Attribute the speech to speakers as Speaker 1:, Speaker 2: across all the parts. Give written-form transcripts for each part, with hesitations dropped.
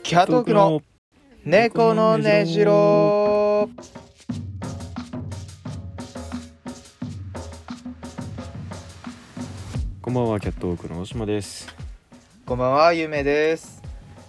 Speaker 1: キャトークの猫のねじろ。
Speaker 2: こんばんは、キャットウォークの大島です。
Speaker 1: こんばんは、ゆめです。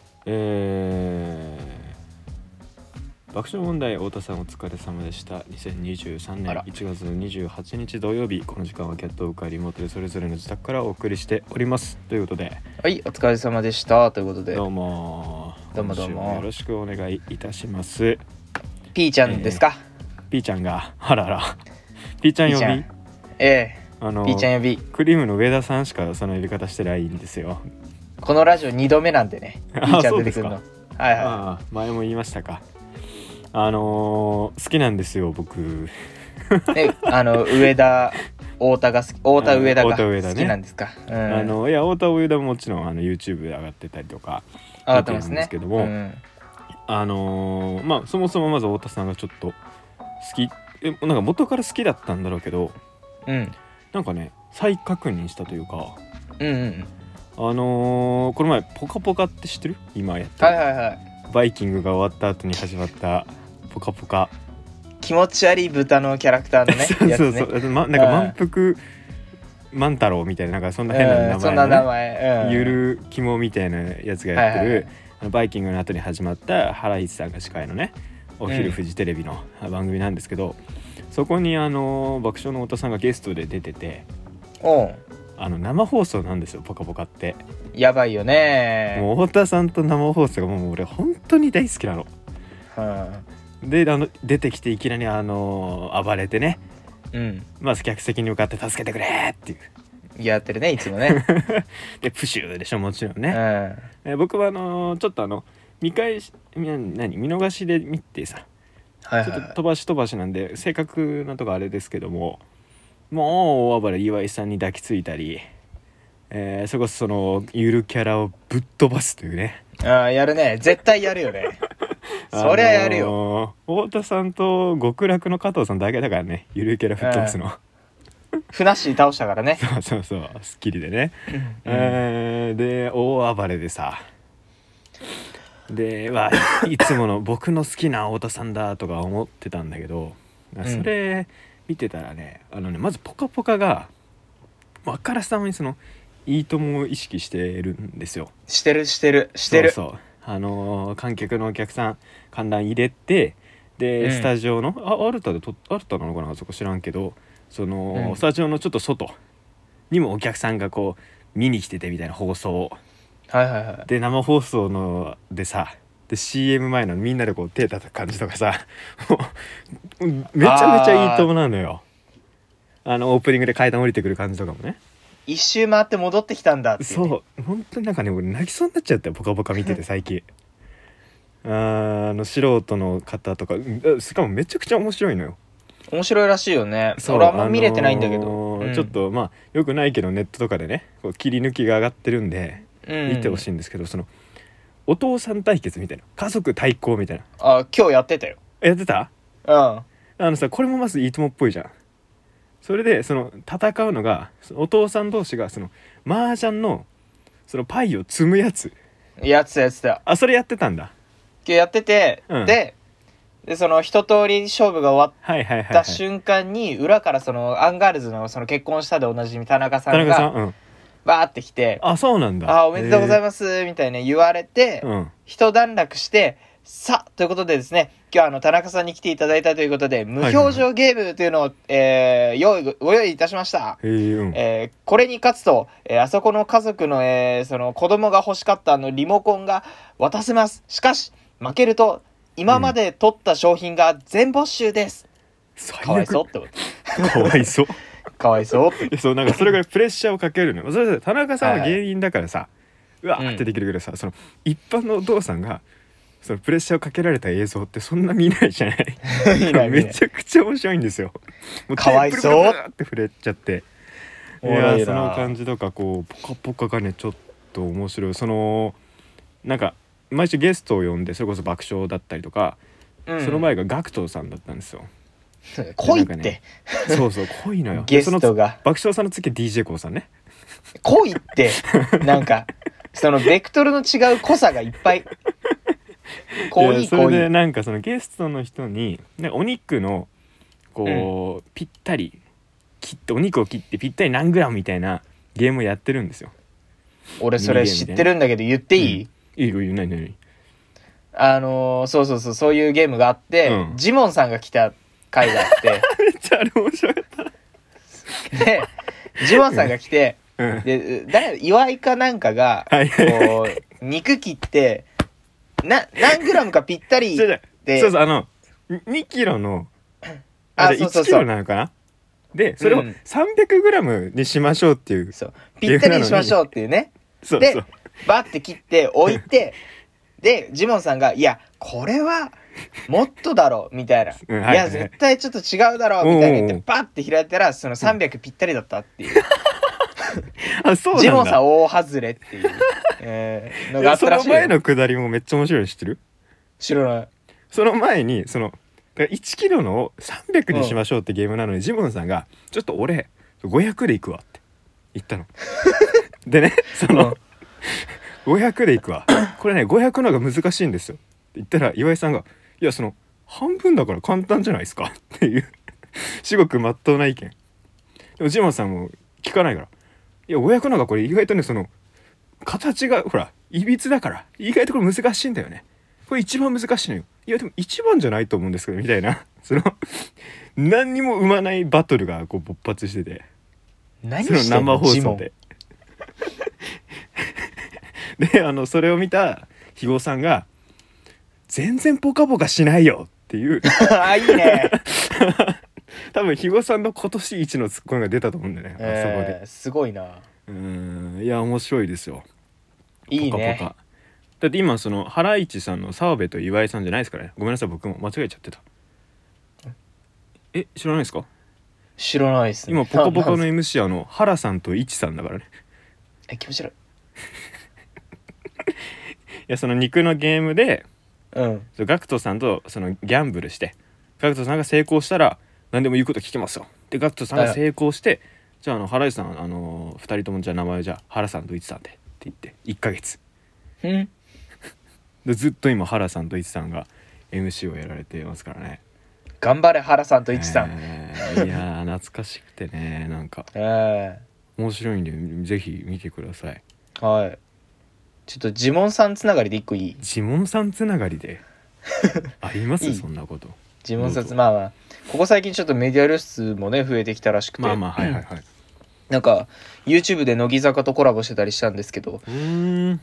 Speaker 2: 爆笑問題太田さんお疲れ様でした。2023年1月28日土曜日、この時間はキャットウォークリモートでそれぞれの自宅からお送りしておりますということで、
Speaker 1: はい、お疲れ様でしたということで、
Speaker 2: どうも
Speaker 1: どうも
Speaker 2: よろしくお願いいたします。
Speaker 1: ピーちゃんですか？
Speaker 2: ピーちゃんがあららピーちゃん呼び、
Speaker 1: ピーちゃん呼び。
Speaker 2: クリームの上田さんしかその呼び方してないんですよ。
Speaker 1: このラジオ2度目なんでね、ピーちゃん出てくるの。はいはい。
Speaker 2: 前も言いましたか。好きなんですよ僕。
Speaker 1: 上田太田が好き、太田上田が好きなんですか？
Speaker 2: いや太田上田ももちろんYouTube で上がってたりとか
Speaker 1: 上がってますね。
Speaker 2: ですけども、そもそもまず太田さんがちょっと好き、なんか元から好きだったんだろうけど、なんかね再確認したというか、この前ポカポカって知ってる？今やってる、バイキングが終わった後に始まったポカポカ、
Speaker 1: 気持ち悪い豚のキャラクターのね
Speaker 2: そうなんか満腹万太郎みたいな、なんかそんな変な名前、ゆる肝みたいなやつがやってる、バイキングの後に始まった原市さんが司会のねお昼フジテレビの番組なんですけど、そこに爆笑の太田さんがゲストで出てて、生放送なんですよポカポカって。
Speaker 1: やばいよね。
Speaker 2: もう太田さんと生放送がもう俺本当に大好きなの。で出てきていきなり暴れてね、まず客席に向かって助けてくれっていう
Speaker 1: やってるねいつもね。
Speaker 2: でプシューでしょもちろんね。僕はちょっと見逃しで見てさ、ちょっと飛ばしなんで正確なとこあれですけども、もう大暴れ岩井さんに抱きついたり、そこそのゆるキャラをぶっ飛ばすというね。
Speaker 1: やるね、絶対やるよね。そりゃやるよ。
Speaker 2: 太田さんと極楽の加藤さんだけだからね、ゆるキャラ吹っ飛ばすの。
Speaker 1: ふなっしー倒したからね。
Speaker 2: そうスッキリでね。で大暴れでさ、でいつもの僕の好きな太田さんだとか思ってたんだけど、それ見てたらね、まずポカポカがあからさまにそのいいともを意識してるんですよ。してる。そう観客のお客さん観覧入れて、で、スタジオのアルタなのかな、そこ知らんけど、その、スタジオのちょっと外にもお客さんがこう見に来ててみたいな放送を、で生放送のでさ、で CM 前のみんなでこう手叩く感じとかさめちゃめちゃいいともなのよ。オープニングで階段降りてくる感じとかもね、
Speaker 1: 一周回って戻ってきたんだって、ね、
Speaker 2: そう本当になんかね俺泣きそうになっちゃったよポカポカ見てて最近。素人の方とかしかもめちゃくちゃ面白いのよ。面
Speaker 1: 白いらしいよね。俺あんま見れてないんだけど、
Speaker 2: ちょっとよくないけどネットとかでねこう切り抜きが上がってるんで、見てほしいんですけど、そのお父さん対決みたいな、家族対抗みたいな、
Speaker 1: 今日やってたよ。
Speaker 2: やってた？これもまずいいともっぽいじゃん。それでその戦うのがお父さん同士がその麻雀のそのパイを積むやつ
Speaker 1: やってた。
Speaker 2: それやってたんだ。
Speaker 1: 今日やってて、でその一通り勝負が終わった瞬間に裏からそのアンガールズのその結婚したでおなじみ田中さんがバーって来て、
Speaker 2: そうなんだ、
Speaker 1: おめでとうございますみたいな言われて、一段落して、さあということでですね、今日は田中さんに来ていただいたということで無表情ゲームというのを、ご用意いたしました。これに勝つと、あそこの家族の、その子供が欲しかったリモコンが渡せます。しかし負けると今まで取った商品が全没収です。かわいそうってこと。
Speaker 2: かわいそう
Speaker 1: かわいそうって
Speaker 2: そう、なんかそれがプレッシャーをかけるの。それで田中さんは芸人だからさ、うわーってできるけどさ、その一般のお父さんがそのプレッシャーをかけられた映像ってそんな見ないじゃないめちゃくちゃ面白いんですよ。もう
Speaker 1: かわいそう
Speaker 2: って触れちゃって、いやその感じとかこうポカポカがねちょっと面白い。そのなんか毎週ゲストを呼んで、それこそ爆笑だったりとか、その前がGACKTさんだったんですよ。
Speaker 1: 濃いって、
Speaker 2: そう濃いのよ。
Speaker 1: ゲストが
Speaker 2: 爆笑さんの次 DJ コウさんね、
Speaker 1: 濃いってなんかそのベクトルの違う濃さがいっぱいこういいこういい。
Speaker 2: それでなんかそのゲストの人にお肉のこう、ぴったり切ってお肉を切ってぴったり何グラムみたいなゲームをやってるんですよ。
Speaker 1: 俺それ知ってるんだけど言っていい？
Speaker 2: いいよ、何何。
Speaker 1: そういうゲームがあって、ジモンさんが来た回があって
Speaker 2: めっちゃあれ面白かった。
Speaker 1: でジモンさんが来て、
Speaker 2: うん
Speaker 1: で岩井かなんかがこう肉切って何グラムかぴったりで、
Speaker 2: そう2キロのあれ1キロなのかな。でそれを300グラムにしましょうっていう、
Speaker 1: そうぴったりにしましょうっていうね。でバッて切って置いてでジモンさんがいやこれはもっとだろみたいな、いや絶対ちょっと違うだろみたいな言ってバッて開いたらその300ぴったりだったっていう
Speaker 2: あ、そうなんだ。
Speaker 1: ジモンさん大外れっていう、のがあったらしいよ。
Speaker 2: その前のくだりもめっちゃ面白いの知ってる？
Speaker 1: 知らない。
Speaker 2: その前に1キロのを300にしましょうってゲームなのに、ジモンさんがちょっと俺500でいくわって言ったのでね、500でいくわこれね500の方が難しいんですよって言ったら、岩井さんがいや半分だから簡単じゃないですかっていう至極真っ当な意見。でもジモンさんも聞かないから、いや500の方がこれ意外とね形がほらいびつだから意外とこれ難しいんだよね、これ一番難しいのよ、いやでも一番じゃないと思うんですけどみたいな何にも生まないバトルがこう勃発してて、
Speaker 1: 何してんの
Speaker 2: 生放送ででそれを見た肥後さんが全然ポカポカしないよっていう
Speaker 1: あいいね
Speaker 2: 多分肥後さんの今年一のツッコミが出たと思うんだよね、あそこで。
Speaker 1: すごいな。
Speaker 2: いや面白いですよ。
Speaker 1: いいね。
Speaker 2: ポカポカだって今ハライチさんの澤部と岩井さんじゃないですからね。ごめんなさい、僕も間違えちゃってた。知らないですか？
Speaker 1: 知らないですね。
Speaker 2: 今ポカポカの MC 原さんとイチさんだからね。
Speaker 1: 気持ち悪い。
Speaker 2: いや肉のゲームでガクトさんとギャンブルして、ガクトさんが成功したら何でも言うこと聞きますよで、ガクトさんが成功してじゃあ原さん2人ともじゃあ名前じゃあ原さんとイチさんでって言って1ヶ月でずっと今原さんとイチさんが MC をやられてますからね。
Speaker 1: 頑張れ原さんとイチさん、
Speaker 2: いや懐かしくてね、なんか面白いんでぜひ見てください。
Speaker 1: はい。ちょっとジモンさんつながりで一個いい？
Speaker 2: ジモンさんつながりでありますそんなこと。
Speaker 1: ジモンさんまあここ最近ちょっとメディア露出もね増えてきたらしくて、
Speaker 2: はいはいはい、
Speaker 1: なんか YouTube で乃木坂とコラボしてたりしたんですけど、去年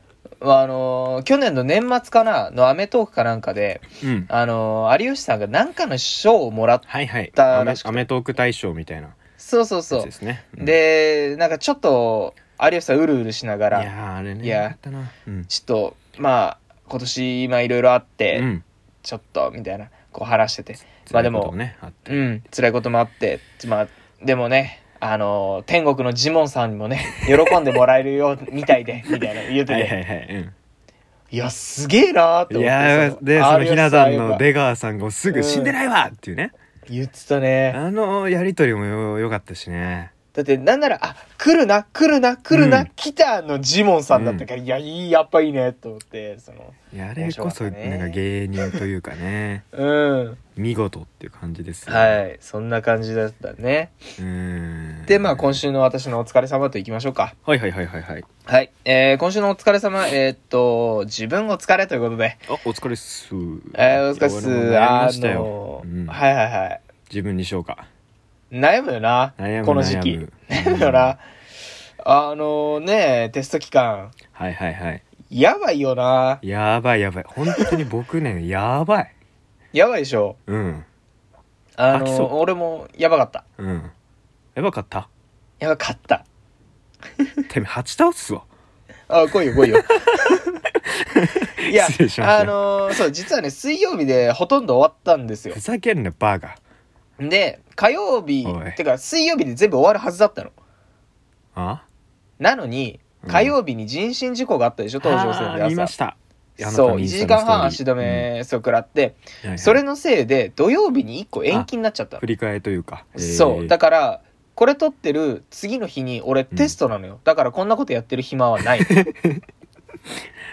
Speaker 1: の年末かなのアメトーークかなんかで、有吉さんが何かの賞をもらったらしくて、
Speaker 2: アメトーーク大賞みたいな
Speaker 1: そうですね、でなんかちょっと有吉さんうるうるしながら、
Speaker 2: いやあれね、
Speaker 1: いやちょっと今年いろいろあって、ちょっとみたいなこう話してて、でも辛いこともあって、でもね天国のジモンさんにもね喜んでもらえるよみたいでみたいな言ってていやすげえなーって思って、い
Speaker 2: やでひな壇の出川さんがすぐ死んでないわっていうね、
Speaker 1: 言ってたね。
Speaker 2: やりとりもよかったしね。
Speaker 1: だってなんなら来るな、来たのジモンさんだったから、やっぱいいねと思って、
Speaker 2: あれこそなんか芸人というかね見事っていう感じですよね。
Speaker 1: はい、そんな感じだったね。で今週の私のお疲れ様といきましょうか。はい、今週のお疲れ様自分お疲れということで、
Speaker 2: お疲れっす。
Speaker 1: お疲れっす。
Speaker 2: 自分にしようか。
Speaker 1: 悩むよな、この時期。悩むよな。テスト期間。やばいよな。
Speaker 2: やばい。本当に僕ね、やばい。
Speaker 1: やばいでしょ。俺もやばかった。
Speaker 2: やばかった。てめえ8倒すわ。
Speaker 1: 来いよ。いや、そう実はね水曜日でほとんど終わったんですよ。
Speaker 2: ふざけんなバカ。
Speaker 1: で火曜日てか水曜日で全部終わるはずだったの。なのに火曜日に人身事故があったでしょ、東上線で朝。
Speaker 2: 見ました。
Speaker 1: そう1時間半足止め食らって、それのせいで土曜日に1個延期になっちゃった。
Speaker 2: 振り替えというか、
Speaker 1: そうだからこれ撮ってる次の日に俺テストなのよ、だからこんなことやってる暇はない。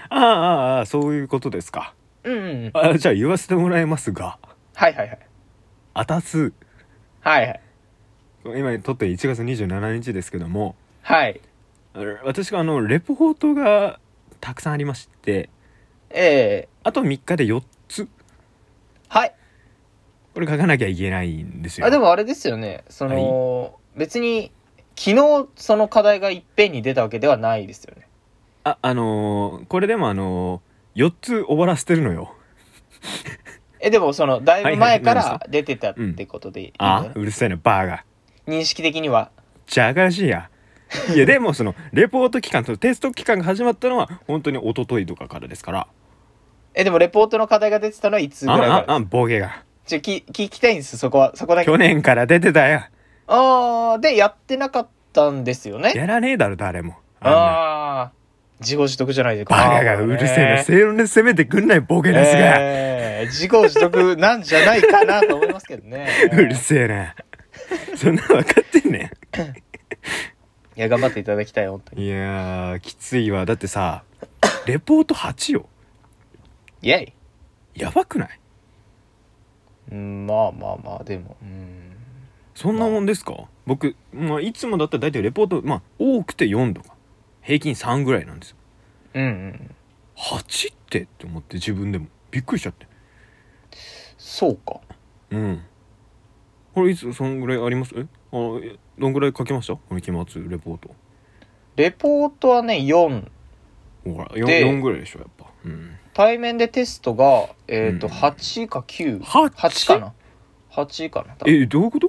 Speaker 2: そういうことですか。
Speaker 1: うんうんうん。
Speaker 2: じゃあ言わせてもらいますが、
Speaker 1: はいはいはい。
Speaker 2: あたす
Speaker 1: はいはい。
Speaker 2: 今撮って1月27日ですけども、
Speaker 1: はい。
Speaker 2: 私がレポートがたくさんありまして、
Speaker 1: ええ
Speaker 2: あと3日で4つ
Speaker 1: はい。
Speaker 2: これ書かなきゃいけないんですよ。
Speaker 1: でもあれですよね。
Speaker 2: はい。
Speaker 1: 別に、昨日その課題がいっぺんに出たわけではないですよね。
Speaker 2: これでも4つ終わらせてるのよ。
Speaker 1: でもだいぶ前か
Speaker 2: 何ですか？
Speaker 1: ら出てたっ
Speaker 2: うん。
Speaker 1: てことでいいんだよね。
Speaker 2: うるさいなバーが。
Speaker 1: 認識的には。
Speaker 2: じゃがしいや。いやでもレポート期間とテスト期間が始まったのは本当に一昨日とかからですから。
Speaker 1: でもレポートの課題が出てたのはいつぐらいからですか？
Speaker 2: ボケが。
Speaker 1: 聞きたいんです、そこは。そこだけ。
Speaker 2: 去年から出てたよ。
Speaker 1: で、やってなかったんですよね。
Speaker 2: やらねえだろ誰も。
Speaker 1: 自業自得じゃないですか。
Speaker 2: バカがうるせえな。正論で攻めてくんないボケですが。
Speaker 1: 自業自得なんじゃないかなと思いますけどね。
Speaker 2: うるせえな。そんな分かってんね
Speaker 1: いや、頑張っていただきたい、本当
Speaker 2: ん。
Speaker 1: に。
Speaker 2: いやーきついわ。だってさ、レポート8よ。
Speaker 1: イェイ。
Speaker 2: やばくない？
Speaker 1: まあまあまあ、でも、
Speaker 2: そんなもんですか？僕、いつもだったら大体レポート、多くて4とか平均3ぐらいなんですよ。
Speaker 1: うんうん。
Speaker 2: 8って思って自分でもびっくりしちゃって。
Speaker 1: そうか。
Speaker 2: うん。これいつそんぐらいあります？どんぐらい書きました？この期末レポート。
Speaker 1: レポートはね、4
Speaker 2: ほら、
Speaker 1: で、
Speaker 2: 4ぐらいでしょやっぱ。うん。
Speaker 1: 対面でテストが、
Speaker 2: うん
Speaker 1: 8か9。
Speaker 2: 8?
Speaker 1: 8かな。8かな。
Speaker 2: どういうこと？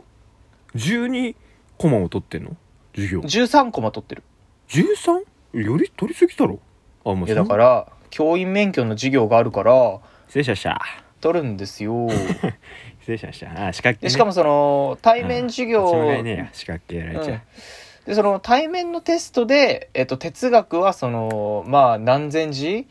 Speaker 2: 12 コマを取ってんの？授業
Speaker 1: 13コマ取ってる。
Speaker 2: 13？ より取りすぎだろ。
Speaker 1: いや、だから、教員免許の授業があるから、
Speaker 2: 失礼しました。
Speaker 1: 取るんですよ。
Speaker 2: 失礼しました。資格系ね。
Speaker 1: で、しかも対面授業、
Speaker 2: 間違いねえや、資格系やられちゃう。
Speaker 1: で、対面のテストで、哲学は何千字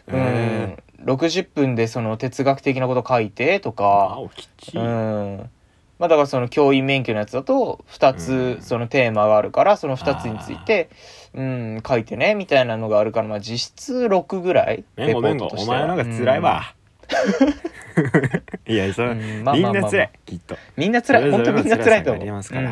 Speaker 1: 60分で哲学的なこと書いてとか、
Speaker 2: きっちり。
Speaker 1: だから教員免許のやつだと2つテーマがあるから、その2つについて書いてねみたいなのがあるから、実質6ぐらいレポートとしては。
Speaker 2: お前のが辛いわ。いやみんな辛い、きっと
Speaker 1: みんな辛い、本当みんな辛いと思う。
Speaker 2: ありますから。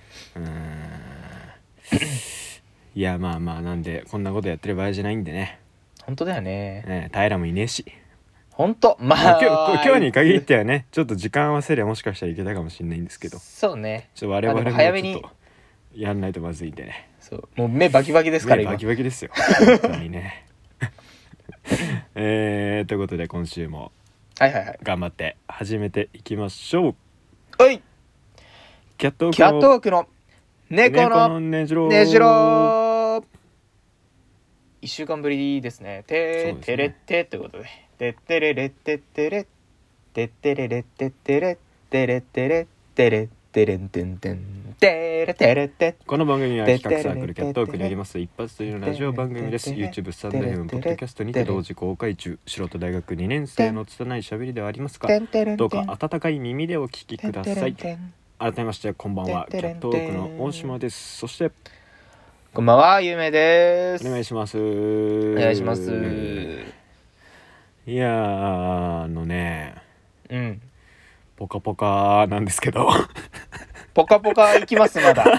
Speaker 2: いやなんでこんなことやってる場合じゃないんでね。
Speaker 1: 本当だよね。
Speaker 2: 平もいねえし。
Speaker 1: 本当
Speaker 2: 今日に限ってはね、ちょっと時間合わせりゃもしかしたらいけたかもしれないんですけど。
Speaker 1: そうね。
Speaker 2: 我々も
Speaker 1: 早めに
Speaker 2: ちょっとやんないとまずいんでね。
Speaker 1: そうもう目バキバキですから
Speaker 2: 今。目バキバキですよ。本当にね。ということで今週も頑張って始めていきましょう。
Speaker 1: はい。
Speaker 2: キャットウ
Speaker 1: ォークの猫の
Speaker 2: ねじろ
Speaker 1: 1週間ぶりですね。てれってということで、てってれれってってれてってれれってってれてれってれってれてれんてんてんてれてれって。
Speaker 2: この番組は企画サークルキャットウォークにあります一発というラジオ番組です。 YouTube、スタンド FM、ポッドキャストにて同時公開中。素人大学2年生の拙い喋りではありますが、どうか温かい耳でお聞きください。改めましてこんばんは、キャットウォークの大島です。そして
Speaker 1: こんばんは、ゆめです。
Speaker 2: お願いします。
Speaker 1: お願いします。
Speaker 2: いやポカポカなんですけど
Speaker 1: ポカポカ行きますまだ。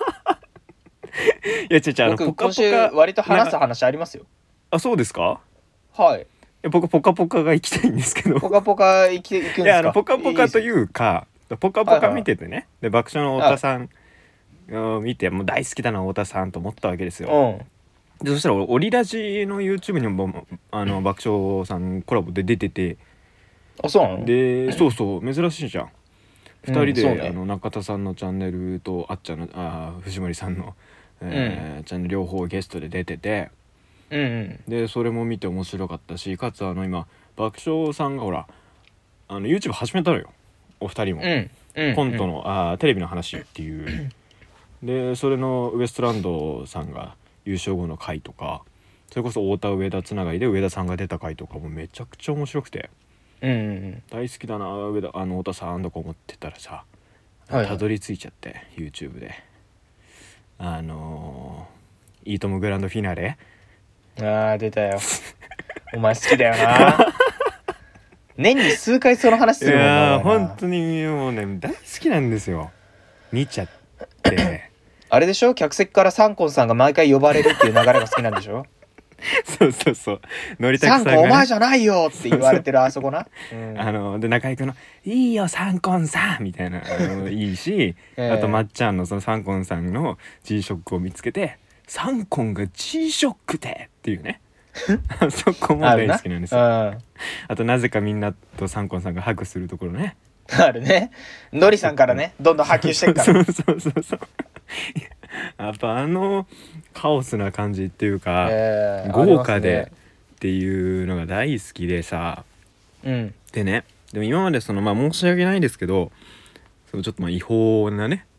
Speaker 2: いや
Speaker 1: 僕今週割と話す話ありますよ。
Speaker 2: そうですか？
Speaker 1: はい。
Speaker 2: 僕ポカポカが行きたいんですけど。
Speaker 1: ポカポカ行くんですか？
Speaker 2: いやポカポカというか、ポカポカ見ててね、で爆笑の太田さんを見てもう大好きだな太田さんと思ったわけですよ。でそしたらオリラジの YouTube にも爆笑さんコラボで出てて、
Speaker 1: そうなの？
Speaker 2: でそう珍しいじゃん。2人で、中田さんのチャンネルとあっちゃんの藤森さんの、チャンネル両方ゲストで出てて、でそれも見て面白かったし、かつ今爆笑さんがほらYouTube 始めたのよ、お二人も。コントのテレビの話っていうで、それのウエストランドさんが優勝後の回とか、それこそ太田上田つながりで上田さんが出た回とかもめちゃくちゃ面白くて、大好きだな上田太田さんとか思ってたらさ、たどり着いちゃって YouTube でいいともグランドフィナーレ
Speaker 1: 出たよお前好きだよな。年に数回その話す
Speaker 2: い
Speaker 1: るもんな。
Speaker 2: やー
Speaker 1: お前な
Speaker 2: 本当にもうね大好きなんですよ見ちゃって
Speaker 1: あれでしょ、客席からサンコンさんが毎回呼ばれるっていう流れが好きなんでしょ。
Speaker 2: そうのりた
Speaker 1: サンコンお
Speaker 2: くさんが、ね、
Speaker 1: 前じゃないよって言われてるあそこな、
Speaker 2: で中居君の「いいよサンコンさん」みたいないいし、あとまっちゃんのそのサンコンさんの G ショックを見つけて「サンコンが G ショックで」っていうねあそこも大好きなんですよ。あとなぜかみんなとサンコンさんがハグするところね。
Speaker 1: あるね。のりさんからねどんどん波及していくから
Speaker 2: そうやっぱカオスな感じっていうか、豪華でっていうのが大好きでさ、でね、でも今まで申し訳ないですけどちょっと違法なね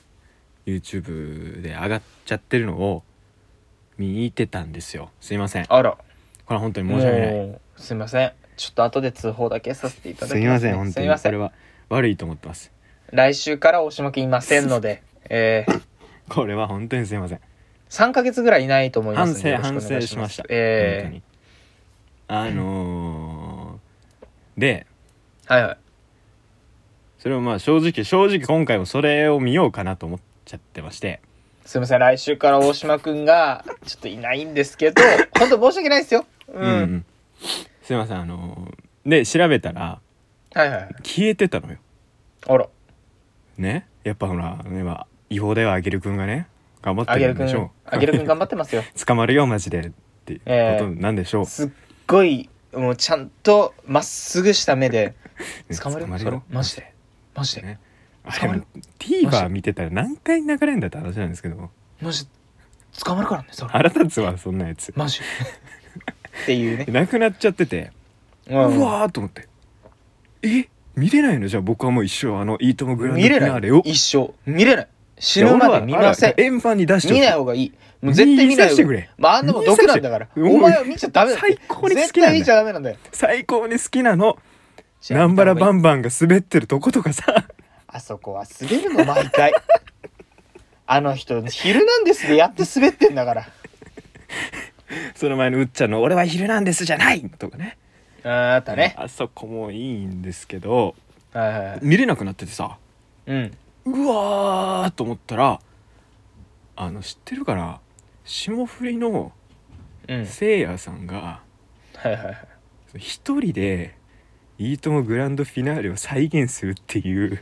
Speaker 2: YouTube で上がっちゃってるのを見てたんですよ。すいません。
Speaker 1: あら、
Speaker 2: これは本当に申し訳ない。
Speaker 1: すいません。ちょっと後で通報だけさせていただきます、ね。
Speaker 2: すいません本当にこれは悪いと思ってます。
Speaker 1: 来週から大島くんいませんので、
Speaker 2: これは本当にすいません。
Speaker 1: 3ヶ月ぐらいいないと思いますので
Speaker 2: 反省しました。
Speaker 1: 本
Speaker 2: 当にで、
Speaker 1: はいはい。
Speaker 2: それを正直今回もそれを見ようかなと思っちゃってまして。
Speaker 1: すいません、来週から大島くんがちょっといないんですけど本当申し訳ないですよ。
Speaker 2: すいません。で調べたら、消えてたのよ。
Speaker 1: あら
Speaker 2: ね、やっぱほら今違法ではあげるくんがね頑張ってるんでしょう。
Speaker 1: あげるくん頑張ってますよ
Speaker 2: 捕まるよマジでってことなんでしょう。
Speaker 1: すっごいもうちゃんとまっすぐした目で捕まるよマジでね、
Speaker 2: あれ TVer 見てたら何回流れんだって話なんですけど、
Speaker 1: マジ捕まるからねそれ。
Speaker 2: 腹立つわそんなやつ
Speaker 1: マジっていうね。
Speaker 2: なくなっちゃってて、うわーと思って、見れないの？じゃあ僕はもう一生いいともグランドフィナーレを
Speaker 1: 一生見れない。死ぬまで見ません。
Speaker 2: 円盤に出して
Speaker 1: 見ない方がいい。もう絶対見ない方がいい。あんなもん毒なんだから。お前は見ちゃダメだ。
Speaker 2: 最高に好きなんだ。
Speaker 1: 絶対見ちゃダメなんだよ。
Speaker 2: 最高に好きなの。南原バンバンが滑ってるとことかさ。
Speaker 1: あそこは滑るの毎回。あの人ヒルナンデスでやって滑ってんだから。
Speaker 2: その前のうっちゃんの俺はヒルナンデスじゃないとかね。
Speaker 1: あったね。
Speaker 2: あそこもいいんですけど、見れなくなっててさ、うわーと思ったら知ってるかな、霜降りのせいやさんが一人でいいともグランドフィナーレを再現するっていう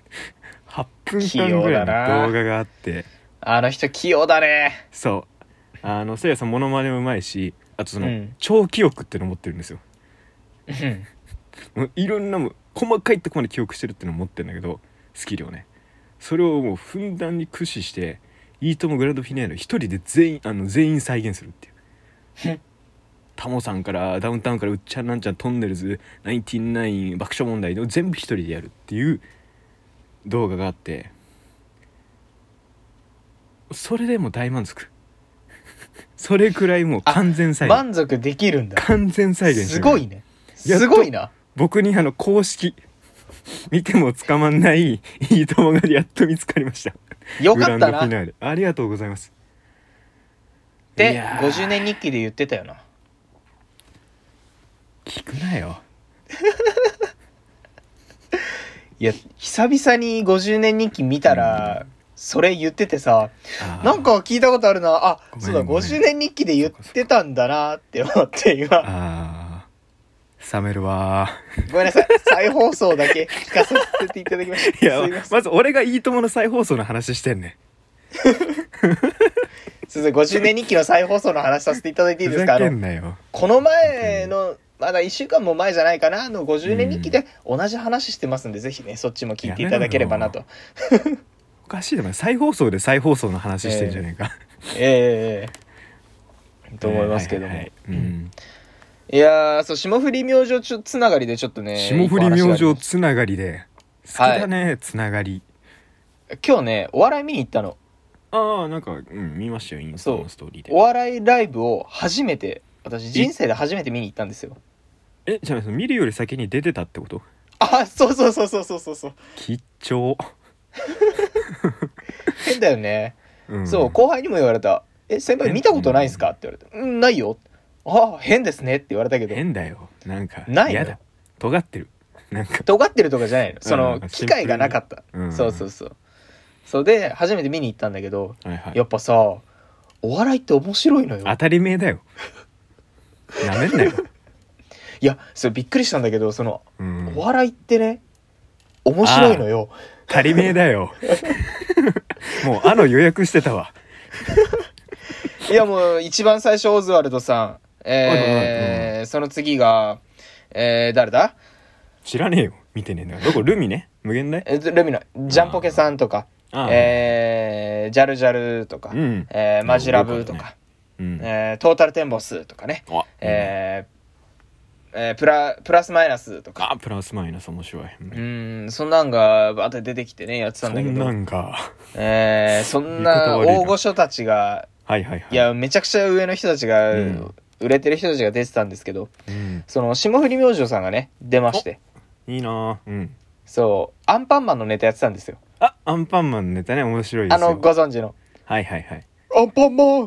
Speaker 2: 8分間ぐらいの動画があって、
Speaker 1: あの人器用だね。
Speaker 2: そうせいやさんモノマネもうまいし、あと超記憶っての持ってるんですよ。もういろんな細かいとこまで記憶してるってのを持ってるんだけど、スキルをね、それをもうふんだんに駆使していいともグランドフィナーレを一人で全員再現するっていう。タモさんからダウンタウンからうっちゃんなんちゃんトンネルズナインティナイン爆笑問題を全部一人でやるっていう動画があって、それでも大満足。それくらいもう完全再現。
Speaker 1: 満足できるんだ。
Speaker 2: 完全再現。
Speaker 1: すごいね。すごいな。
Speaker 2: 僕に公式見ても捕まんないいいともがやっと見つかりました。
Speaker 1: よかったな。
Speaker 2: ありがとうございます。
Speaker 1: で50年日記で言ってたよな。
Speaker 2: 聞くなよ。
Speaker 1: いや久々に50年日記見たら、それ言っててさ、なんか聞いたことあるな。あ、そうだ50年日記で言ってたんだなって思って今。
Speaker 2: 冷めるわ。
Speaker 1: ごめんなさい。再放送だけ聞かせていただきました。
Speaker 2: いやまず俺がいいともの再放送の話してんね。
Speaker 1: すいません、50年日記の再放送の話させていただいていいですか。この前のまだ1週間も前じゃないかな50年日記で同じ話してますんで、ぜひねそっちも聞いていただければなと。
Speaker 2: おかしいだろ、再放送で再放送の話してんじゃねえ
Speaker 1: か。と思いますけども。いやそう霜降り明星つながりでちょっとね、
Speaker 2: 霜降り明星つながりで好きだね、つながり。
Speaker 1: 今日ねお笑い見に行ったの。
Speaker 2: なんか見ましたよ、インスタのストーリーで。
Speaker 1: お笑いライブを初めて、私人生で初めて見に行ったんですよ。
Speaker 2: じゃあ見るより先に出てたってこと？
Speaker 1: そう
Speaker 2: 貴重。
Speaker 1: 変だよね。そう後輩にも言われた。先輩見たことないんすかって言われて、ないよ。 ああ変ですねって言われたけど、
Speaker 2: 変だよ、なんか
Speaker 1: ないの
Speaker 2: 嫌だ、尖ってる、なんか
Speaker 1: 尖ってるとかじゃないの、その
Speaker 2: うん
Speaker 1: 機会がなかった、
Speaker 2: うん
Speaker 1: そうそうそう。それで初めて見に行ったんだけど、
Speaker 2: はいはい、
Speaker 1: やっぱさお笑いって面白いのよ。
Speaker 2: 当たり前だよ、なめんなよ、
Speaker 1: いやそれびっくりしたんだけど、その、
Speaker 2: うん、
Speaker 1: お笑いってね面白いのよ。
Speaker 2: 当たり前だよもう予約してたわ
Speaker 1: いやもう一番最初オズワルドさん、その次が、誰だ、
Speaker 2: 知らねえよ、見てねえんだから。どこ、ルミね、無限大、
Speaker 1: ルミのジャンポケさんとか、ジャルジャルとか、
Speaker 2: うん、
Speaker 1: マジラブとか、
Speaker 2: うん、
Speaker 1: トータルテンボスとかね、プラスマイナスとか、
Speaker 2: プラスマイナス面白い、
Speaker 1: そんなんがバーって出てきてねやってたんだけど、
Speaker 2: そんなんか、
Speaker 1: そんな大御所たちが、
Speaker 2: はいはいはい、
Speaker 1: いやめちゃくちゃ上の人たちが、売れてる人たちが出てたんですけど、その霜降り明星さんがね出まして、
Speaker 2: いいな、
Speaker 1: そうアンパンマンのネタやってたんですよ。
Speaker 2: アンパンマンのネタね、面白いですよ。
Speaker 1: ご存知の、
Speaker 2: はいはいはい、
Speaker 1: アンパンマン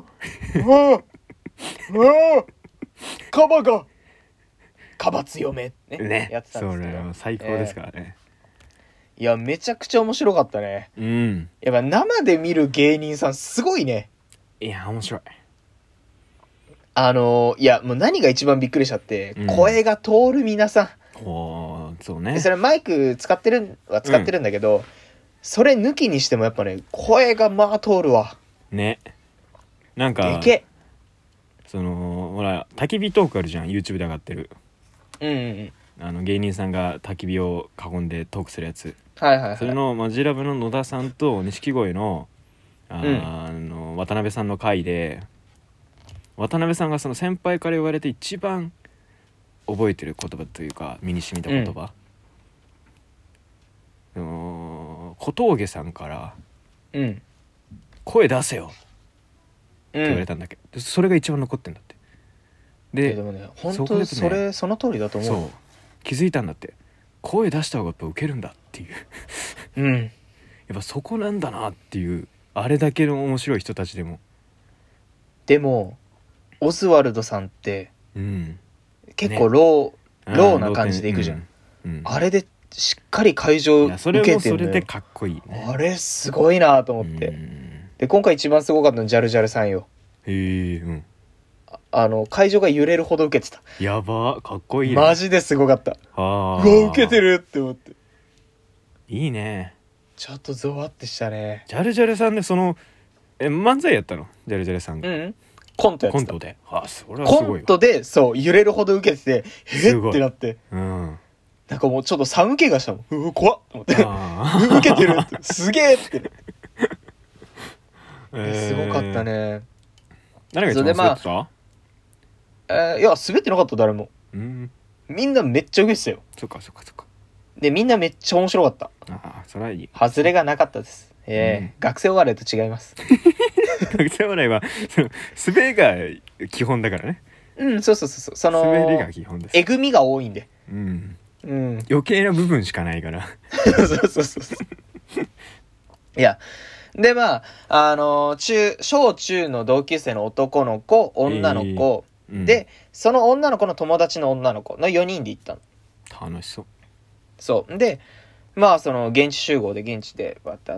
Speaker 1: カバ強めねやってたんですけど、
Speaker 2: それは最高ですからね、
Speaker 1: いやめちゃくちゃ面白かったね。やっぱ生で見る芸人さんすごいね。
Speaker 2: いや面白い。
Speaker 1: いやもう何が一番びっくりしちゃって、声が通る皆さん。
Speaker 2: そうね。
Speaker 1: それマイク使ってるんだけど、それ抜きにしてもやっぱね声がまあ通るわ。
Speaker 2: ね。なんか
Speaker 1: でけ。
Speaker 2: そのほら焚き火トークあるじゃん、 YouTube で上がってる。芸人さんが焚き火を囲んでトークするやつ。
Speaker 1: はいはいはい。
Speaker 2: それのマジラブの野田さんと錦鯉の渡辺さんの回で、渡辺さんがその先輩から言われて一番覚えてる言葉というか身に染みた言葉、小峠さんから声出せよって言われたんだけど、それが一番残ってんだって。
Speaker 1: でもね本当にその通りだと思う。
Speaker 2: そう気づいたんだって、声出した方がやっぱウケるんだっていうやっぱそこなんだなっていう、あれだけの面白い人たちでも。
Speaker 1: でもオズワルドさんって、結構ローな感じでいくじゃん、あれでしっかり会場受けてんのよ。
Speaker 2: それもそれでかっこいいね。
Speaker 1: あれすごいなと思って、で今回一番すごかったのジャルジャルさんよ。
Speaker 2: へえ、
Speaker 1: 会場が揺れるほど受けてた。
Speaker 2: やば、かっこいいね。
Speaker 1: マジですごかった。うわ受けてるって思って。
Speaker 2: いいね。
Speaker 1: ちょっとゾワってしたね。
Speaker 2: ジャルジャルさんでその漫才やったの？ジャルジャルさんが。
Speaker 1: コントやってた。
Speaker 2: コントで。それはすごいわ。
Speaker 1: コントでそう揺れるほど受けてて、ってなって。なんかもうちょっと寒気がしたもん。怖っと思って。受けてるって。すげえって。すごかったね。
Speaker 2: 誰が一番滑って
Speaker 1: た？いや滑ってなかった誰も。みんなめっちゃ受けてたよ。
Speaker 2: そっかそっかそっか。
Speaker 1: でみんなめっちゃ面白かった。
Speaker 2: それはいい。
Speaker 1: 外れがなかったです。学生お笑いと違います。
Speaker 2: 学生お笑いは滑りが基本だからね。
Speaker 1: そうその
Speaker 2: 滑りが基本です。
Speaker 1: えぐみが多いんで。
Speaker 2: 余計な部分しかないから。そう
Speaker 1: いやで小中の同級生の男の子女の子、でその女の子の友達の女の子の4人で行ったの。
Speaker 2: 楽しそう。
Speaker 1: そうでその現地集合で現地でバッてあって、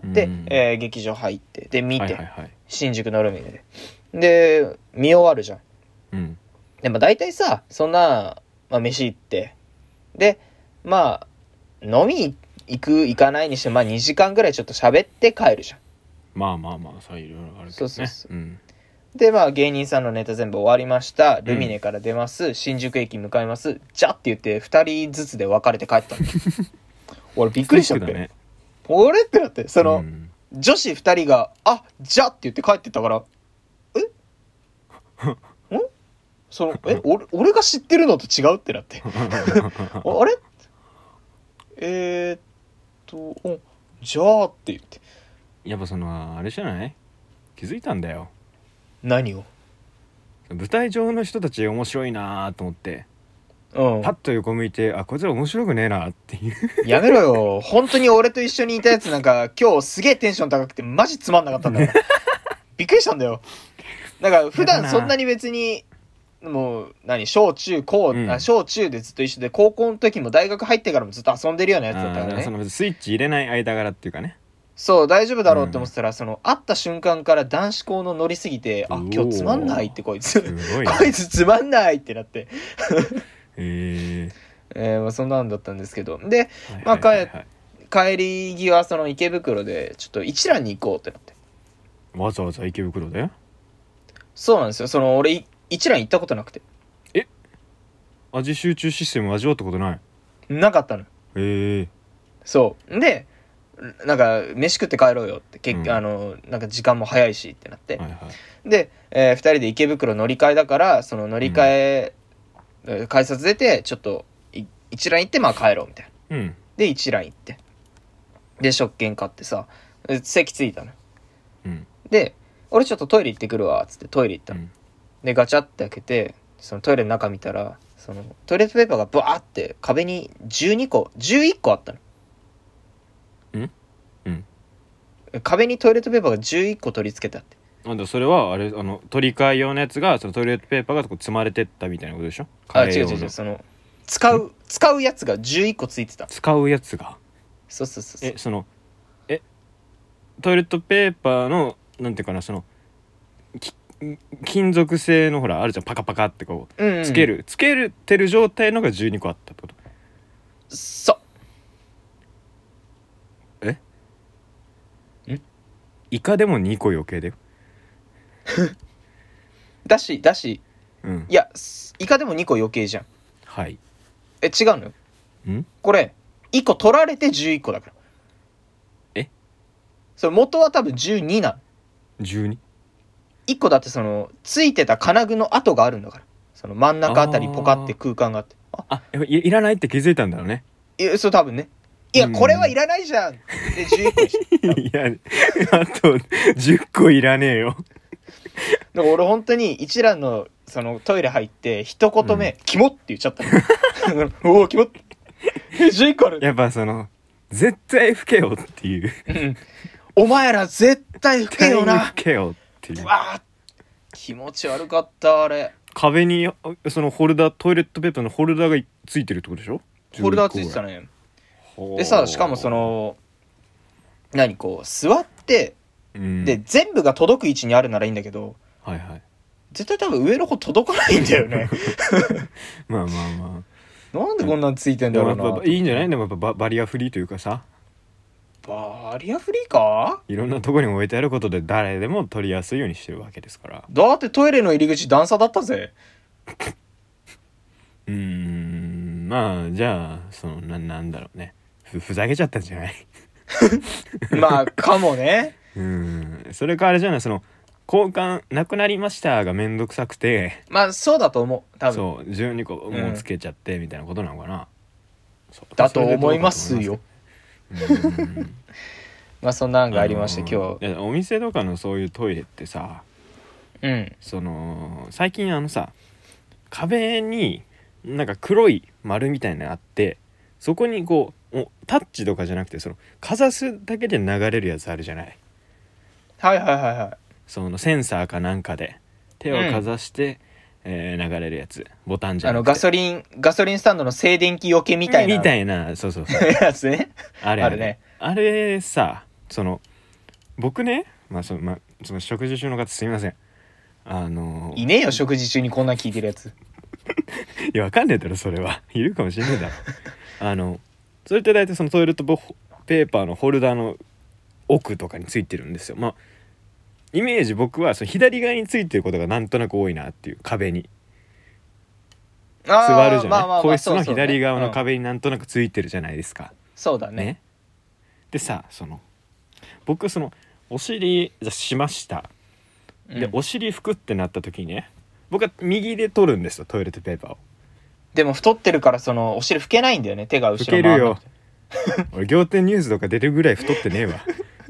Speaker 1: 劇場入ってで見て、新宿のルミネで見終わるじゃん。で大体さそんな、飯行ってで飲み行かないにして2時間ぐらいちょっと喋って帰るじゃん。
Speaker 2: そういろいろあるけどね。
Speaker 1: そうで芸人さんのネタ全部終わりました。ルミネから出ます、新宿駅向かいます。じゃって言って2人ずつで別れて帰ったの。俺びっくりしちゃって、俺ってなって、その、女子2人がじゃって言って帰ってったから、その俺が知ってるのと違うってなってあれじゃあって言って、
Speaker 2: やっぱそのあれじゃない？気づいたんだよ。
Speaker 1: 何を？
Speaker 2: 舞台上の人たち面白いなと思って、パッと横向いてこいつら面白くねえなっていう
Speaker 1: やめろよ。本当に俺と一緒にいたやつなんか今日すげえテンション高くてマジつまんなかったんだよびっくりしたんだよ。だから普段そんなに別にもう小中高、小中でずっと一緒で、高校の時も大学入ってからもずっと遊んでるようなやつだったからね。
Speaker 2: そのスイッチ入れない間柄っていうかね。
Speaker 1: そう大丈夫だろうって思ってたら、その会った瞬間から男子校の乗りすぎて、今日つまんないってこいつ
Speaker 2: すごい、ね、
Speaker 1: こいつつまんないってなって
Speaker 2: ま
Speaker 1: あそんなんだったんですけど、で、まあ帰り際その池袋でちょっと一蘭に行こうってなって。
Speaker 2: わざわざ池袋で？
Speaker 1: そうなんですよ。その俺一蘭行ったことなくて。
Speaker 2: 味集中システム味わったことない？
Speaker 1: なかったの。そうで、なんか飯食って帰ろうよってなんか時間も早いしってなって、で、2人で池袋乗り換えだから、その乗り換え、改札出てちょっと一蘭行ってまあ帰ろうみたいな、で一蘭行ってで食券買ってさ、席着いたの、で俺ちょっとトイレ行ってくるわっつってトイレ行ったの、でガチャって開けてそのトイレの中見たら、そのトイレットペーパーがバーって壁に11個あったの。壁にトイレットペーパーが11個取り付けてあって。
Speaker 2: それはあれ取り替え用のやつがそのトイレットペーパーがこう積まれてったみたいなことでしょ？
Speaker 1: 違うその使うやつが11個ついてた。
Speaker 2: 使うやつが？
Speaker 1: そう
Speaker 2: そのトイレットペーパーのなんていうかな、その金属製のほらあるじゃん、パカパカってこう、つけてる状態のが12個あったってこと？
Speaker 1: そう。
Speaker 2: イカでも2個余計だよ
Speaker 1: だし、いやイカでも2個余計じゃん。
Speaker 2: はい。
Speaker 1: 違うのよ。これ1個取られて11個だから。それ元は多分12なの。
Speaker 2: 12？
Speaker 1: 1個だってそのついてた金具の跡があるんだから、その真ん中あたりポカって空間があって、
Speaker 2: いらないって気づいたんだろうね。
Speaker 1: そう多分ね。いや、これはいらないじゃんで11個にした
Speaker 2: いやあと10個いらねえよ
Speaker 1: だから俺本当に一蘭のそのトイレ入って一言目、キモって言っちゃったのおおキモって11個ある。
Speaker 2: やっぱその絶対吹けよっていう、
Speaker 1: お前ら絶対吹けよな、
Speaker 2: 吹けよっていう。
Speaker 1: わあ気持ち悪かったあれ。
Speaker 2: 壁にそのホルダー、トイレットペーパーのホルダーがついてるってことでしょ？
Speaker 1: ホルダーついてたね。でさ、しかもそのこう座って、で全部が届く位置にあるならいいんだけど、絶対多分上の方届かないんだよね
Speaker 2: まあ
Speaker 1: なんでこんなんついてんだろうな。
Speaker 2: いいんじゃない？でもやっぱバリアフリーというかさ、
Speaker 1: バリアフリーか？
Speaker 2: いろんなとこに置いてあることで誰でも取りやすいようにしてるわけですから。
Speaker 1: だってトイレの入り口段差だったぜ
Speaker 2: まあじゃあそのなんだろうね、ふざけちゃったんじゃない
Speaker 1: まあかもね
Speaker 2: それかあれじゃない、その交換なくなりましたがめんどくさくて、
Speaker 1: まあそうだと思う多分。
Speaker 2: そう12個もうつけちゃってみたいなことなのかな、
Speaker 1: だと思いますよまあそんなんがありまして、今日
Speaker 2: お店とかのそういうトイレってさ、その最近さ壁になんか黒い丸みたいなのあって、そこにこうタッチとかじゃなくてそのかざすだけで流れるやつあるじゃない。そのセンサーかなんかで手をかざして、流れるやつ、ボタンじゃなくて
Speaker 1: ガソリンスタンドの静電気よけみたいな
Speaker 2: そう
Speaker 1: やつねあるね。
Speaker 2: あれさ、その僕ね、その食事中の方すみません、
Speaker 1: いねえよ食事中にこんな聞いてるやつ
Speaker 2: いやわかんねえだろそれはいるかもしれねえだろそれって大体そのトイレットペーパーのホルダーの奥とかについてるんですよ。イメージ僕はその左側についてることがなんとなく多いなっていう、壁に座るじゃない、個室の左側の壁になんとなくついてるじゃないですか。
Speaker 1: そうだね。
Speaker 2: でさ、その僕そのお尻じゃしました、でお尻拭くってなった時にね、僕は右で取るんですよトイレットペーパーを。
Speaker 1: でも太ってるからそのお尻拭けないんだよね、手が後ろ
Speaker 2: 回るよ俺仰天ニュースとか出るぐらい太ってねえわ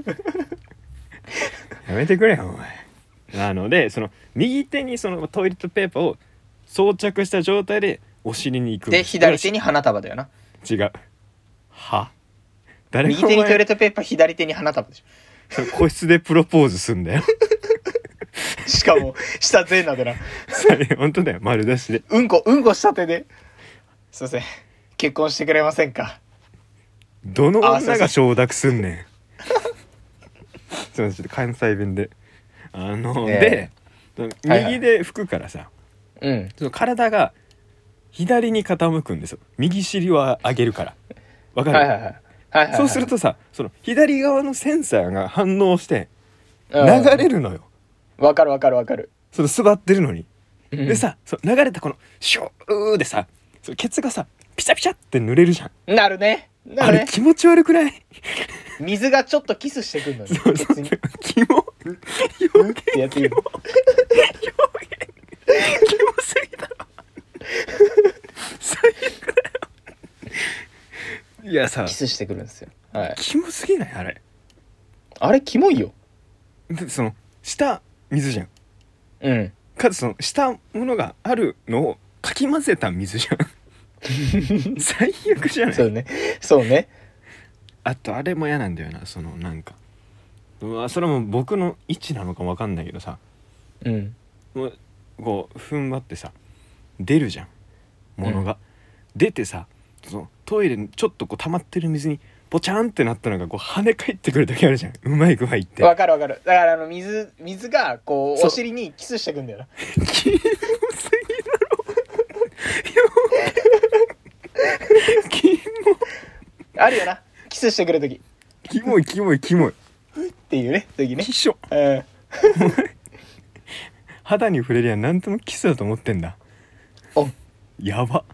Speaker 2: やめてくれよお前。なのでその右手にそのトイレットペーパーを装着した状態でお尻に行く
Speaker 1: で左手に花束だよな。
Speaker 2: 違うは
Speaker 1: 右手にトイレットペーパー、左手に花束でしょ
Speaker 2: 個室でプロポーズすんだよ
Speaker 1: しかも下全裸でな。
Speaker 2: 本当だよ、丸出しで。
Speaker 1: うんこしたてで。すいません、結婚してくれませんか。
Speaker 2: どの女が承諾すんねん。すいません、ちょっと関西弁でで右で拭くからさ、
Speaker 1: うん、
Speaker 2: その体が左に傾くんですよ。右尻は上げるから。わかる？
Speaker 1: はいはいはい。はいはいはい、
Speaker 2: そうするとさ、その左側のセンサーが反応して流れるのよ。
Speaker 1: わかるわかるわかる。
Speaker 2: その座ってるのに。
Speaker 1: うん、
Speaker 2: でさ、流れたこのシューでさ、そのケツがさピチャピチャって濡れるじゃん。
Speaker 1: なるね。
Speaker 2: あれ気持ち悪くない？
Speaker 1: 水がちょっとキスしてくるのに。
Speaker 2: そうそう、キモ
Speaker 1: ってやっていいの？
Speaker 2: キモすぎだろ。最悪だよ。いやさ、
Speaker 1: キスしてくるんですよ。はい。
Speaker 2: キモすぎない？あれ。
Speaker 1: あれキモいよ。
Speaker 2: でその下水じゃん。
Speaker 1: うん。
Speaker 2: かつその下ものがあるのをかき混ぜた水じゃん。最悪じゃない？
Speaker 1: そうね。そうね。
Speaker 2: あとあれも嫌なんだよな。そのなんか、それも僕の位置なのかもわかんないけどさ、
Speaker 1: うん。
Speaker 2: もうこう踏ん張ってさ出るじゃん、ものが、出てさ、そのトイレにちょっとこう溜まってる水にポチャンってなったのがこう跳ね返ってくる時あるじゃん。うまい具合って。
Speaker 1: わかるわかる。だから水がこうお尻にキスしてくんだよな。
Speaker 2: キモすぎだろ。キモ。
Speaker 1: あるよな。キスしてくる時。
Speaker 2: キモい
Speaker 1: っていうね時ね。
Speaker 2: きしょ。
Speaker 1: うん。
Speaker 2: 肌に触れりゃなんともキスだと思ってんだ。
Speaker 1: お、
Speaker 2: やば。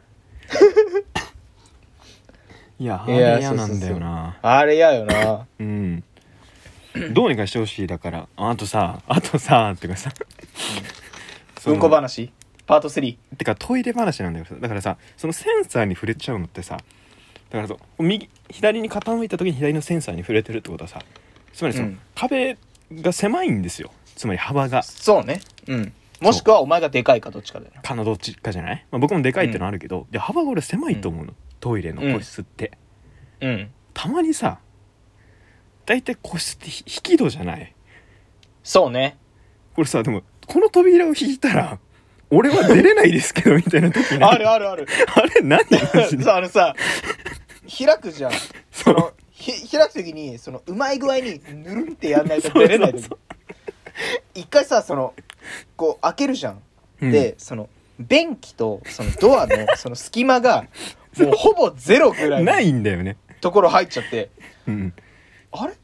Speaker 2: いや、あれ嫌なんだよな。
Speaker 1: あれ嫌よな。
Speaker 2: うん。どうにかしてほしい。だからあとさってかさ、
Speaker 1: うんこ話パート3
Speaker 2: てかトイレ話なんだよ。だからさ、そのセンサーに触れちゃうのってさ、だから左に傾いた時に左のセンサーに触れてるってことはさ、つまりその、壁が狭いんですよ。つまり幅が。
Speaker 1: そうね。うん。もしくはお前がでかいかどっちかだよな。
Speaker 2: かのどっちかじゃない？僕もでかいってのあるけど、幅が俺狭いと思うの、トイレの個室って。たまにさ、だいたい個室って引き戸じゃない？そう
Speaker 1: ね。
Speaker 2: これさ、でもこの扉を引いたら俺は出れないですけどみたいな時に
Speaker 1: あるあれ
Speaker 2: 何？
Speaker 1: さ開くじゃん。その開く時にそのうまい具合にぬるんってやんないと出れない時。一回さ、そのこう開けるじゃん。でその便器とそのドアのその隙間がもうほぼゼロぐらい
Speaker 2: ないんだよね。
Speaker 1: ところ入っちゃって、あれ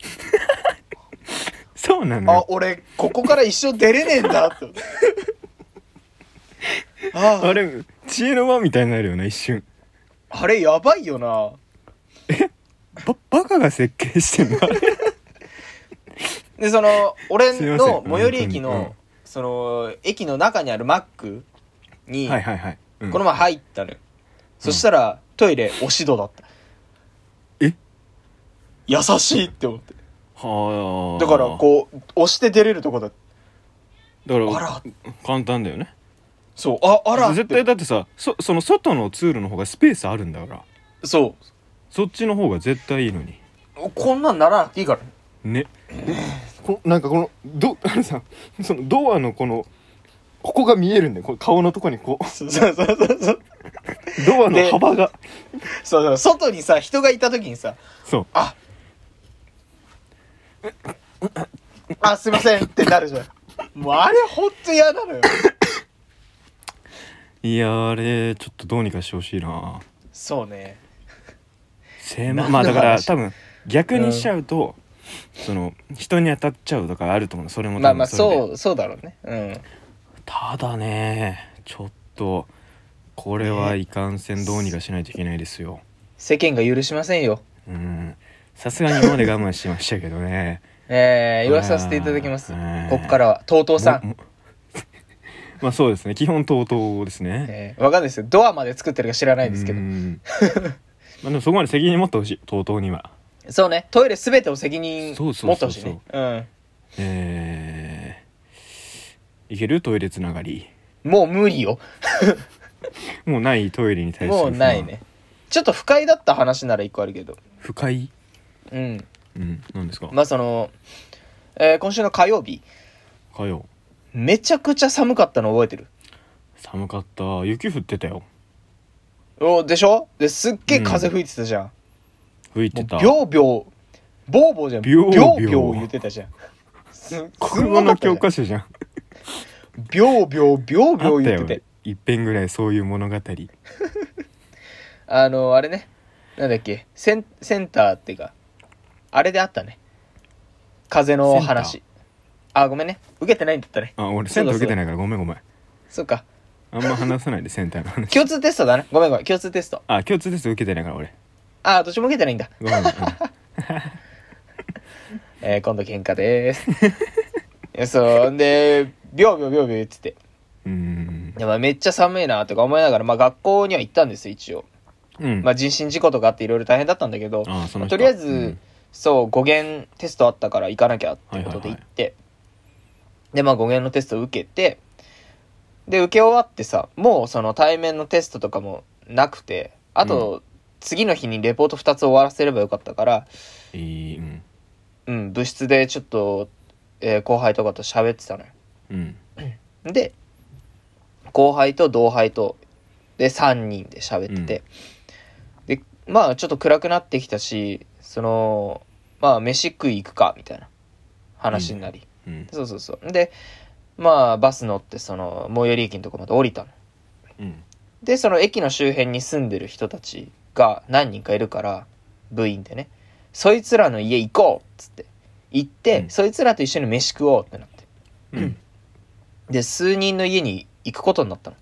Speaker 2: そうなのよ。
Speaker 1: 俺ここから一生出れねえんだって
Speaker 2: あれ知恵の輪みたいになるよな、一瞬。
Speaker 1: あれやばいよな。
Speaker 2: バカが設計してんの？
Speaker 1: でその俺の最寄り駅のその駅の中にあるマックにこの前入ったのよ。そしたらトイレ押し戸だった。優しいって思って。はあ。だからこう押して出れるとこだ。
Speaker 2: だから簡単だよね。
Speaker 1: そう、あら
Speaker 2: 絶対だってさ、その外の通路の方がスペースあるんだから。
Speaker 1: そう。
Speaker 2: そっちの方が絶対いいのに。
Speaker 1: こんなんならなくていいから
Speaker 2: ね。なんかこのさ、そのドアのここが見えるんだよ。これ顔のとこにこう。そう。ドアの幅が。
Speaker 1: そう、外にさ人がいた時にさ、
Speaker 2: そう。
Speaker 1: すいませんってなるじゃん。もうあれほんと嫌なのよ。
Speaker 2: いや、あれちょっとどうにかしてほしいな。
Speaker 1: そうね。
Speaker 2: まあだから多分逆にしちゃうと、その人に当たっちゃうとかあると思う。それも多分
Speaker 1: そうだろうね。
Speaker 2: ただね、ちょっとこれはいかんせんどうにかしないといけないですよ。
Speaker 1: 世間が許しませんよ。
Speaker 2: さすがに今まで我慢してましたけどね。
Speaker 1: 言わさせていただきます。こっからは TOTO さん。
Speaker 2: まあそうですね、基本 TOTO ですね。
Speaker 1: わかんないですよ、ドアまで作ってるか知らないですけど。
Speaker 2: まあでもそこまで責任持ってほしい、 TOTO には。
Speaker 1: そうね、トイレ全てを責任持ってほしい
Speaker 2: ね。いける？トイレつながり
Speaker 1: もう無理よ。
Speaker 2: もうない？トイレに対して
Speaker 1: もうないね。ちょっと不快だった話なら一個あるけど。
Speaker 2: 不快？
Speaker 1: 何
Speaker 2: ですか？
Speaker 1: まあその、今週の火曜日めちゃくちゃ寒かったの覚えてる？
Speaker 2: 寒かった。雪降ってたよ。
Speaker 1: でしょ？ですっげえ風吹いてたじゃん、
Speaker 2: 吹いてた。
Speaker 1: もうビョービョーボーボーじゃん、
Speaker 2: ビョービョー
Speaker 1: ビョー言ってたじゃん。
Speaker 2: 国語の教科書じゃん。
Speaker 1: ビョービョービョービョー言ってて、
Speaker 2: 一遍ぐらいそういう物語。
Speaker 1: あれね、なんだっけ、センターっていうかあれであったね、風の話。あ、ごめんね、受けてないんだったね。
Speaker 2: あ、俺センター受けてないからごめん。
Speaker 1: そうか、
Speaker 2: あんま話さないでセンターの話。
Speaker 1: 共通テストだね、ごめん共通テスト。
Speaker 2: あ、共通テスト受けてないから俺。
Speaker 1: あ、どっちも受けてないんだ。
Speaker 2: ごめん。
Speaker 1: 今度喧嘩でーす。そうでビョービョービョービョー言ってて、でもめっちゃ寒いなとか思いながら、まあ学校には行ったんですよ一応。まあ人身事故とかあっていろいろ大変だったんだけど、とりあえず、そう語源テストあったから行かなきゃってことで行って、でまあ語源のテストを受けて、で受け終わってさ、もうその対面のテストとかもなくて、あと、次の日にレポート2つ終わらせればよかったから、部室でちょっと、後輩とかと喋ってたのよ。で後輩と同輩とで3人で喋ってて、でまあちょっと暗くなってきたし、そのまあ飯食い行くかみたいな話になり、そうでまあバス乗ってその最寄り駅のとこまで降りたの。でその駅の周辺に住んでる人たちが何人かいるから、部員でね、そいつらの家行こうっつって行って、そいつらと一緒に飯食おうってなって、で数人の家に行くことになったの。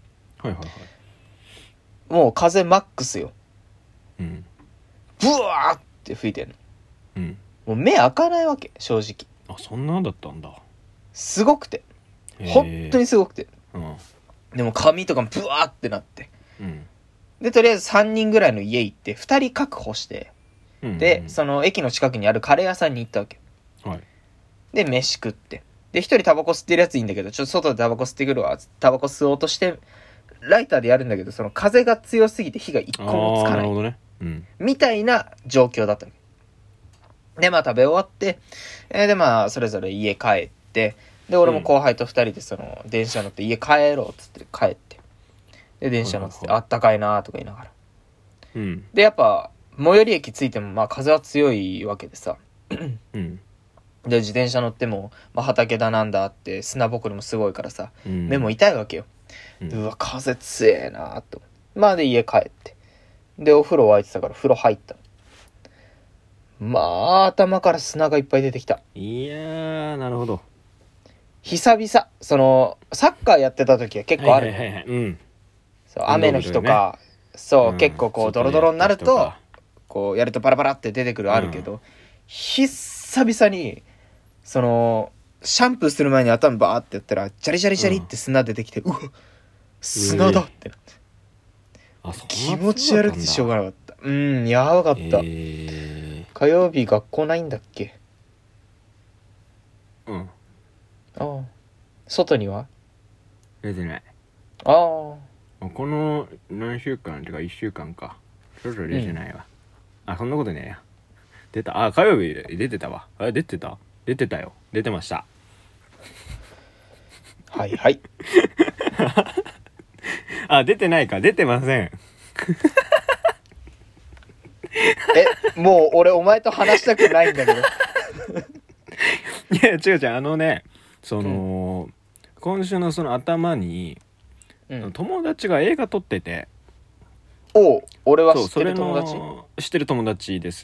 Speaker 1: もう風マックスよ。ブワーって吹いてんの。もう目開かないわけ正直。
Speaker 2: あ、そんなんだったんだ。
Speaker 1: すごくて、本当にすごくて、でも髪とかもブワーってなって、でとりあえず3人ぐらいの家行って2人確保して、でその駅の近くにあるカレー屋さんに行ったわけ。で飯食って、で1人タバコ吸ってるやついいんだけど、ちょっと外でタバコ吸ってくるわ、タバコ吸おうとしてライターでやるんだけど、その風が強すぎて火が一個もつかない、みたいな状況だったの。でまあ食べ終わって、でまあそれぞれ家帰って、で俺も後輩と2人でその電車乗って家帰ろうっつって帰って、で電車乗っててあったかいなとか言いながら、でやっぱ最寄り駅着いてもまあ風は強いわけでさ、で自転車乗っても、まあ、畑だなんだあって砂ぼこりもすごいからさ、目も痛いわけよ。うわ風強えなと。まあで家帰って、でお風呂沸いてたから風呂入った。まあ頭から砂がいっぱい出てきた。
Speaker 2: いやー、なるほど。
Speaker 1: 久々、そのサッカーやってた時は結構ある、そう雨の日とか、そう結構こうドロドロになるとこうやるとパラパラって出てくるあるけど、久々にそのシャンプーする前に頭バーってやったらジャリジャリジャリって砂出てきて、うわ砂だってなって、気持ち悪くてしょうがなかった。やばかった。火曜日学校ないんだっけ？ああ、外には
Speaker 2: 出てない。
Speaker 1: ああ、
Speaker 2: この何週間ってか1週間か、そろそろ出てないわ。あ、そんなことねえや。出た。あ、火曜日出てたわ。あれ出てたよ。出てました。
Speaker 1: はいはい。
Speaker 2: あ、出てないか。出てません。
Speaker 1: もう俺お前と話したくないんだけど。
Speaker 2: いや違う、その、今週のその頭に、友達が映画撮ってて、
Speaker 1: 俺は知ってる友達？
Speaker 2: 知ってる友達です。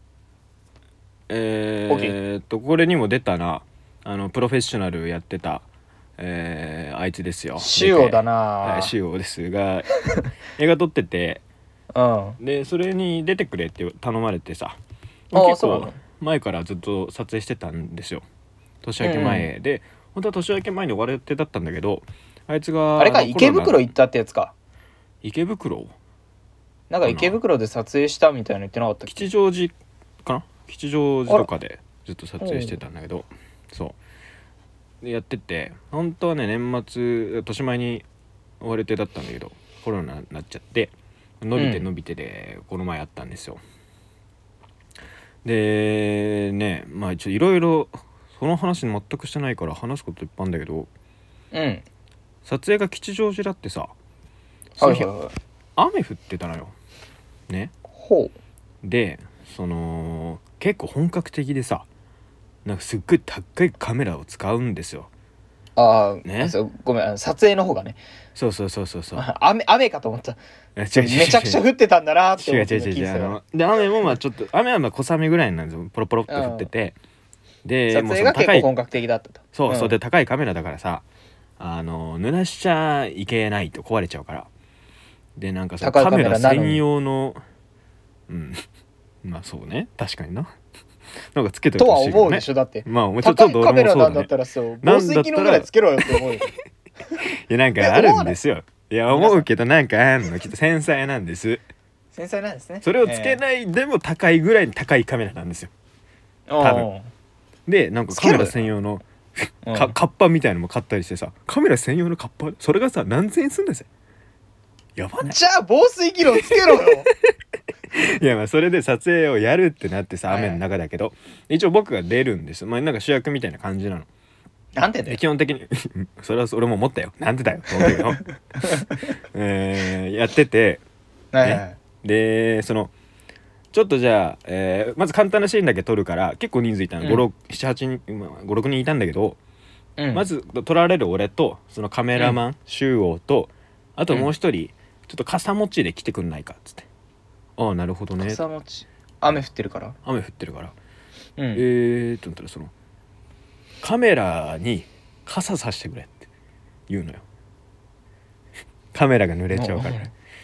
Speaker 2: これにも出たな、プロフェッショナルやってた、あいつですよ。
Speaker 1: シオだな。
Speaker 2: はい、シオですが映画撮ってて、でそれに出てくれって頼まれてさ、結構前からずっと撮影してたんですよ、年明け前で。本当は年明け前に終わる予定だったんだけど、あいつが
Speaker 1: あれか、池袋行ったってやつか。
Speaker 2: 池袋
Speaker 1: なんか池袋で撮影したみたいなの言ってなかったっけ？
Speaker 2: 吉祥寺かな、吉祥寺とかでずっと撮影してたんだけど、そうでやってて、本当はね年末年前に終わる予定だったんだけど、コロナになっちゃって伸びてで、この前あったんですよ。でね、まあ一応いろいろその話全くしてないから話すこといっぱいあるんだけど、
Speaker 1: うん。
Speaker 2: 撮影が吉祥寺だってさ、
Speaker 1: はいはいはい。
Speaker 2: 雨降ってたのよね。
Speaker 1: ほう。
Speaker 2: で結構本格的でさ、なんかすっごい高いカメラを使うんですよ
Speaker 1: ああ、
Speaker 2: ね。
Speaker 1: そうごめん、撮影の方がね。
Speaker 2: そう
Speaker 1: 雨かと思った。めちゃくちゃ降ってたんだなって思って聞いてたから。
Speaker 2: で雨もまあちょっと雨はまあ小雨ぐらいなんですよ。ポロポロっと降ってて、で
Speaker 1: 撮影が結構本格的だったと。
Speaker 2: そうで高いカメラだからさ、濡らしちゃいけないと壊れちゃうから。でなんかそのカメラ専用のまあそうね、確かにな。なんかつけてほしいけどね。とは思うでしょ。
Speaker 1: だって
Speaker 2: まあもうちょっと
Speaker 1: 高いカメラなんだったらさ、防水機能ぐらいつけろよって思うよ。い
Speaker 2: やなんかあるんですよ。いや思うけどなんかあんのきっと繊細なんです。
Speaker 1: 繊細なんですね。
Speaker 2: それをつけないでも高いぐらいに高いカメラなんですよ。多分。でなんかカメラ専用のカッパみたいなのも買ったりしてさ、カメラ専用のカッパそれがさ何千円すんだぜ。やばない。
Speaker 1: じゃあ防水機能つけろよ。
Speaker 2: いやまあそれで撮影をやるってなってさ、雨の中だけど一応僕が出るんです。まあなんか主役みたいな感じなの。
Speaker 1: なんでだよ。
Speaker 2: 基本的にそれは俺も思ったよ。なんでだよと思ったけどやってて、ね、でちょっとじゃあ、まず簡単なシーンだけ撮るから結構人数いたの、7、8人、5、6人いたんだけど、まず撮られる俺とそのカメラマン、周王とあともう一人、ちょっと傘持ちで来てくんないかっつって。ああなるほどね。
Speaker 1: 傘持ち雨降ってるから。
Speaker 2: と思ったらそのカメラに傘さしてくれって言うのよ。カメラが濡れちゃうから。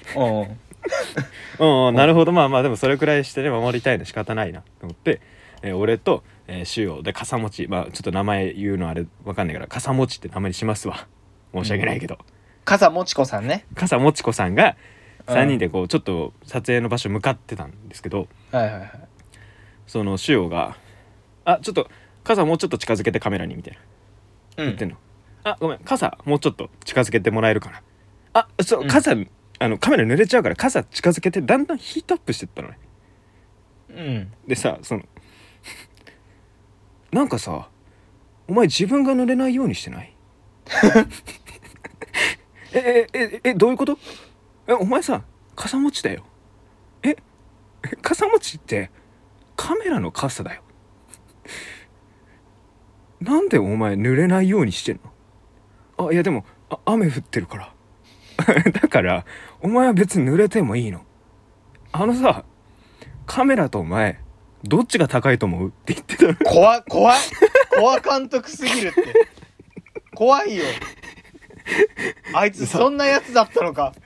Speaker 2: なるほど。まあまあでもそれくらいしてね守りたいの仕方ないなと思って、俺と周王で傘持ち、まあちょっと名前言うのあれわかんないから傘持ちって名前にしますわ。申し訳ないけど、
Speaker 1: 傘持子さんね。
Speaker 2: 傘持子さんが3人でこうちょっと撮影の場所向かってたんですけど、その周王がちょっと傘もうちょっと近づけてカメラにみたいな言ってんの。ごめん傘もうちょっと近づけてもらえるかな。傘、カメラ濡れちゃうから傘近づけて。だんだんヒートアップしてったのね。でさなんかさお前自分が濡れないようにしてない？どういうこと？お前さ傘持ちだよ。傘持ちってカメラの傘だよ。なんでお前濡れないようにしてんの？いやでも雨降ってるからだからお前は別に濡れてもいいの。さカメラとお前どっちが高いと思うって言ってたの。
Speaker 1: 怖監督すぎるって。怖いよ。あいつそんなやつだったのか。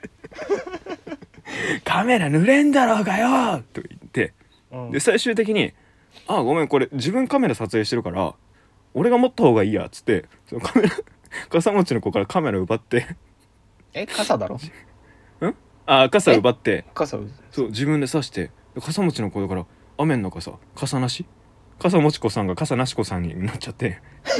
Speaker 2: カメラ濡れんだろうがよと言って、で最終的にごめんこれ自分カメラ撮影してるから俺が持った方がいいやっつって、その傘持ちの子からカメラ奪って
Speaker 1: 傘だろ
Speaker 2: 傘奪って
Speaker 1: そう
Speaker 2: 自分で刺して、傘持ちの子だから雨の中さ傘なし、傘持ち子さんが傘なし子さんになっちゃって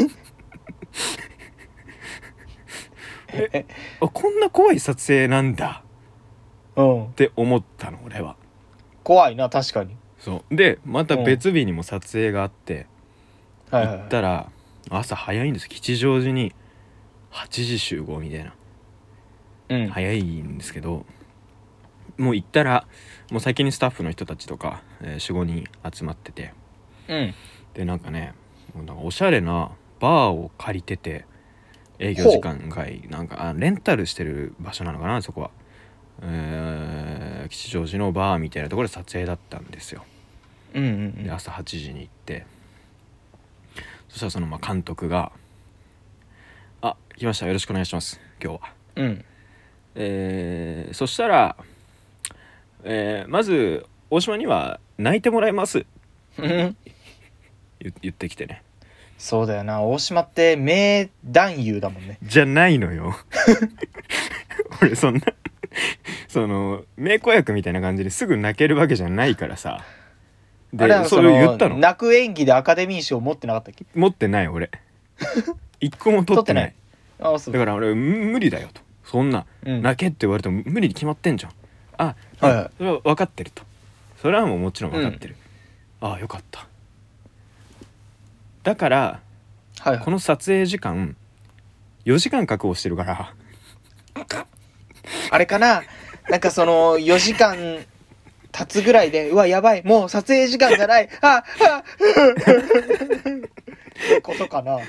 Speaker 2: こんな怖い撮影なんだって思ったの俺は。
Speaker 1: 怖いな確かに。
Speaker 2: そうでまた別日にも撮影があって、行ったら朝早いんです。吉祥寺に8時集合みたいな、早いんですけど、もう行ったらもう先にスタッフの人たちとか、4,5 人集まってて、でなんかねもうなんかおしゃれなバーを借りてて、営業時間外なんかレンタルしてる場所なのかなそこは。吉祥寺のバーみたいなところで撮影だったんですよ。で朝8時に行って、そしたらその監督が来ましたよろしくお願いします今日は。そしたら、まず大島には泣いてもらいます言ってきてね。
Speaker 1: そうだよな、大島って名男優だもんね。
Speaker 2: じゃないのよ俺そんな名子役みたいな感じですぐ泣けるわけじゃないからさ。
Speaker 1: でそれを言ったの。泣く演技でアカデミー賞持ってなかったっけ？
Speaker 2: 持ってない俺一個も取ってない。だから俺無理だよと、そんな、泣けって言われても無理に決まってんじゃん。それは分かってると。それはもちろん分かってる、よかった。だから、この撮影時間 4時間確保してるから。
Speaker 1: あれかな、なんかその4時間経つぐらいで、うわやばい、もう撮影時間がない、ってことかな。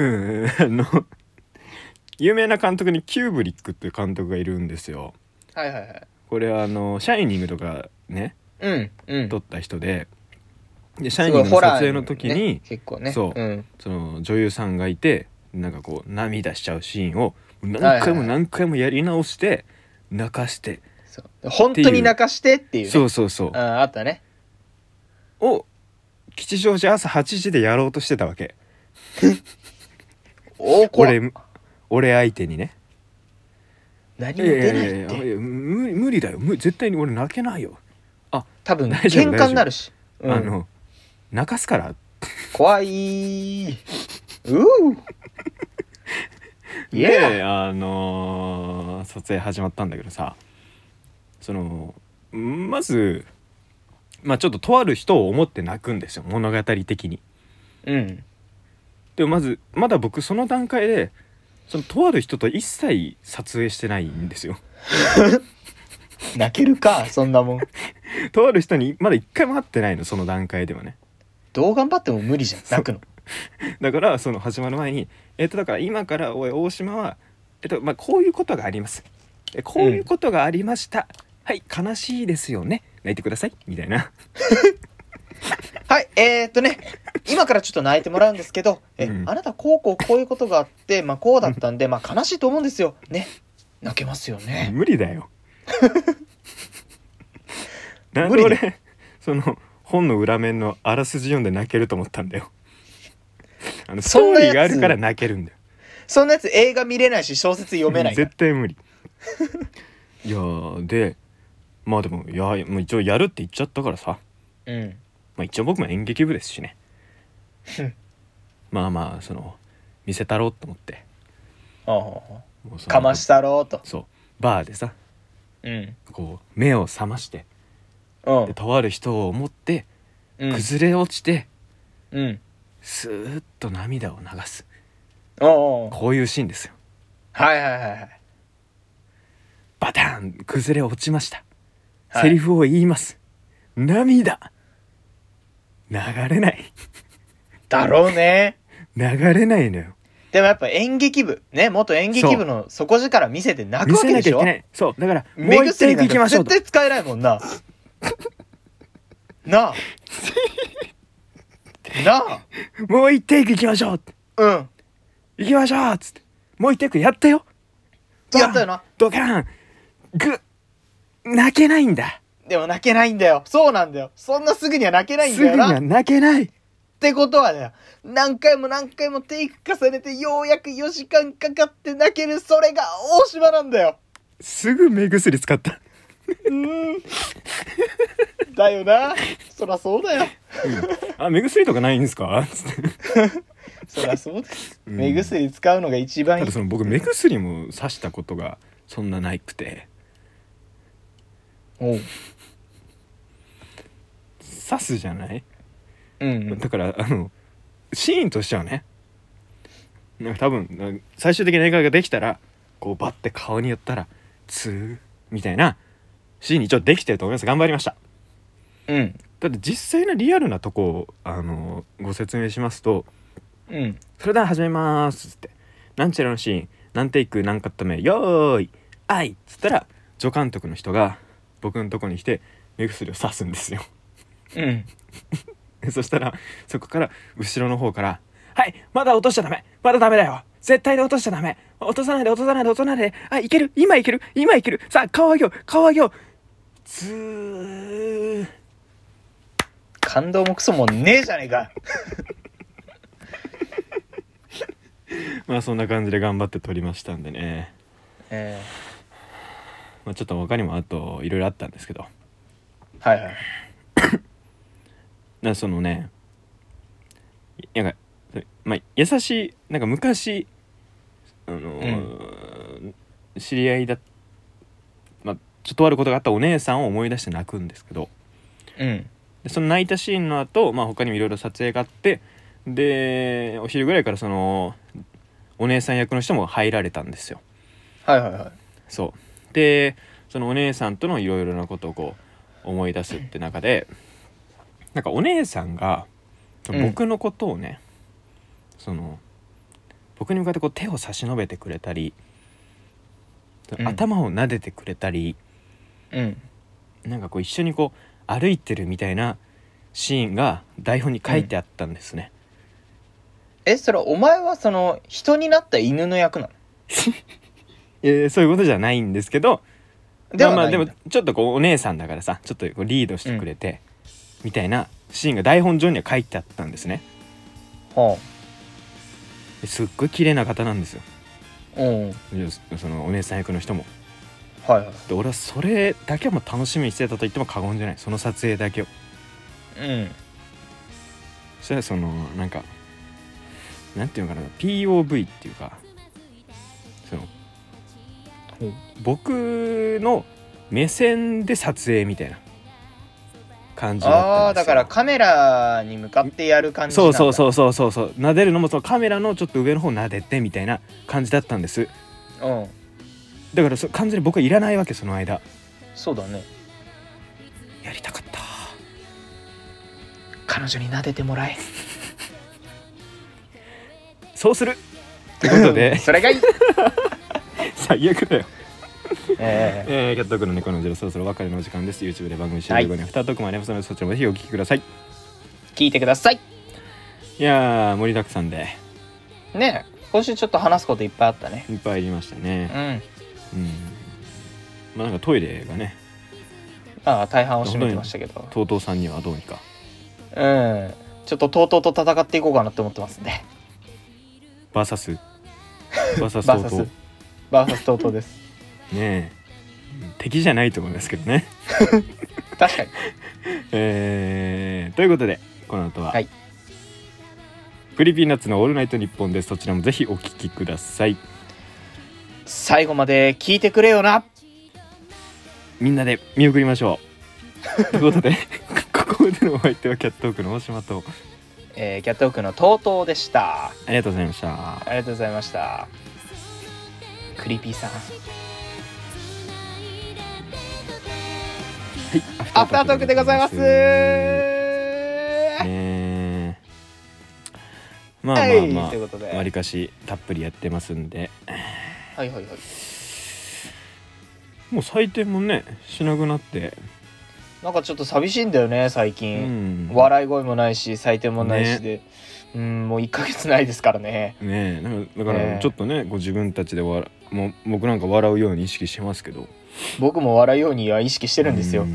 Speaker 2: 有名な監督にキューブリックっていう監督がいるんですよ。
Speaker 1: はいはいはい。
Speaker 2: これはシャイニングとかね、撮った人で、シャイニングの撮影の時に、
Speaker 1: 結構ね、
Speaker 2: そう、その女優さんがいて、なんかこう涙しちゃうシーンを何回も何回もやり直して泣かして、
Speaker 1: そう本当に泣かしてっていうね。
Speaker 2: そうそうそう、
Speaker 1: あったね。
Speaker 2: を吉祥寺朝8時でやろうとしてたわけ。俺相手にね。
Speaker 1: 何も出ないって。
Speaker 2: 無理だよ、絶対に俺泣けないよ。あ、
Speaker 1: 多分喧嘩になるし、
Speaker 2: 泣かすから。
Speaker 1: 怖い。
Speaker 2: で、撮影始まったんだけどさ、まずちょっととある人を思って泣くんですよ、物語的に。でもまだ僕その段階でそのとある人と一切撮影してないんですよ。
Speaker 1: 泣けるかそんなもん。
Speaker 2: とある人にまだ一回も会ってないの、その段階ではね。
Speaker 1: どう頑張っても無理じゃん、泣くの。
Speaker 2: だからその始まる前にだから今から大島はこういうことがあります、こういうことがありました、はい悲しいですよね、泣いてくださいみたいな。
Speaker 1: はい今からちょっと泣いてもらうんですけど、あなたこういうことがあってこうだったんで悲しいと思うんですよね、泣けますよね。
Speaker 2: 無理だよ。なんで俺その本の裏面のあらすじ読んで泣けると思ったんだよ。ストーリーがあるから泣けるんだよ。
Speaker 1: そんなやつ映画見れないし小説読めないから。
Speaker 2: 絶対無理。いやででももう一応やるって言っちゃったからさ、一応僕も演劇部ですしね。その見せたろうと思って、
Speaker 1: かましたろうと。
Speaker 2: そうバーでさ、こう目を覚まして、でとある人を思って、崩れ落ちて、スーッと涙を流す、こういうシーンですよ。バターン、崩れ落ちました、セリフを言います、涙流れない
Speaker 1: だろうね。
Speaker 2: 流れないのよ。
Speaker 1: でもやっぱ演劇部ね、元演劇部の底力見せて泣くわけでしょ。
Speaker 2: 見せなきゃいけない。そうだからもう一テイクいきましょうと。
Speaker 1: 絶対使えないもんな。なあ
Speaker 2: もう一テイクいきましょう。いきましょうっつって、もう一テイクやったよ。
Speaker 1: やったよな。
Speaker 2: ドカーン泣けないんだ。
Speaker 1: でも泣けないんだよ。そうなんだよ。そんなすぐには泣けないんだよな。
Speaker 2: すぐには泣けない。
Speaker 1: ってことはだよ、何回もテイク重ねてようやく4時間かかって泣ける、それが大島なんだよ。
Speaker 2: すぐ目薬使った。
Speaker 1: だよな。そらそうだよ。
Speaker 2: 目薬とかないんですか？
Speaker 1: そらそうです。目薬使うのが一番いい。
Speaker 2: ただ僕目薬もさしたことがそんなないくて。刺すじゃない？だからシーンとしてはね、なんか多分最終的な映画ができたらこうバッて顔に寄ったらツーみたいなシーンに一応できてると思います。頑張りました。だって実際のリアルなとこをご説明しますと、それでは始めますって、なんちゃらのシーン何テイク何カット目よーいあいっつったら助監督の人が僕のとこに来て目薬を刺すんですよ。そしたらそこから後ろの方からはいまだ落としちゃダメ、まだダメだよ、絶対に落としちゃダメ、落とさないで、あいける今いけるさあ顔上げようずー
Speaker 1: 感動もクソもねえじゃねえか。
Speaker 2: そんな感じで頑張って撮りましたんでね。ちょっと他にもあといろいろあったんですけど、そのね、なんか優しいなんか昔知り合いだちょっとあることがあったお姉さんを思い出して泣くんですけど、でその泣いたシーンの後、他にもいろいろ撮影があって、でお昼ぐらいからそのお姉さん役の人も入られたんですよ。
Speaker 1: はいはいはい。
Speaker 2: そうでそのお姉さんとのいろいろなことをこう思い出すって中で、なんかお姉さんが僕のことをね、その僕に向かってこう手を差し伸べてくれたり、頭を撫でてくれたり、なんかこう一緒にこう歩いてるみたいなシーンが台本に書いてあったんですね。
Speaker 1: それお前はその人になった犬の役なの？
Speaker 2: そういうことじゃないんですけど、
Speaker 1: ではないんだ。
Speaker 2: でもちょっとこうお姉さんだからさ、ちょっとこうリードしてくれて、みたいなシーンが台本上には書いてあったんですね。すっごい綺麗な方なんですよ。そのお姉さん役の人も。で俺はそれだけも楽しみにしてたと言っても過言じゃない。その撮影だけを。そしたらそのなんかなんていうのかな、 POV っていうか、その僕の目線で撮影みたいな感じだったんですよ。
Speaker 1: だからカメラに向かってやる感じなんだ。
Speaker 2: そう撫でるのもそのカメラのちょっと上の方撫でてみたいな感じだったんです。だから完全に僕はいらないわけ、その間。
Speaker 1: そうだね。
Speaker 2: やりたかった。
Speaker 1: 彼女に撫でてもらえ。
Speaker 2: そうするってことで
Speaker 1: それがいい。
Speaker 2: 最悪だよ。キャットトークの猫の汁、そろそろお別れのお時間です。 YouTube で番組終了後にアフタートークもありますので、そちらもぜひお聞きください。
Speaker 1: 聞いてください。
Speaker 2: いやー盛りだくさんで
Speaker 1: ね、今週ちょっと話すこといっぱいあったね。
Speaker 2: いっぱいありましたね。まあなんかトイレがね、
Speaker 1: 大半を占めてましたけど、
Speaker 2: TOTOさんにはどうにか
Speaker 1: ちょっと TOTO と戦っていこうかなって思ってますんで。
Speaker 2: バーサス TOTO
Speaker 1: TOTO です
Speaker 2: ね。敵じゃないと思いますけどね。
Speaker 1: 確かに。
Speaker 2: ということでこの後は、クリーピーナッツのオールナイトニッポンです。そちらもぜひお聞きください。
Speaker 1: 最後まで聞いてくれよな。
Speaker 2: みんなで見送りましょう。ということでここでのお相手はキャットオークの大島と、
Speaker 1: キャットオークの TOTO でした。
Speaker 2: ありがとうございました。
Speaker 1: ありがとうございました。クリーピーさん、アフタートークでございます。
Speaker 2: まあわりかしたっぷりやってますんで、もう採点もねしなくなって、
Speaker 1: なんかちょっと寂しいんだよね最近。笑い声もないし採点もないしで、もう1ヶ月ないですからね。
Speaker 2: だからちょっとね、自分たちでもう僕なんか笑うように意識してますけど、
Speaker 1: 僕も笑うようには意識してるんですよ。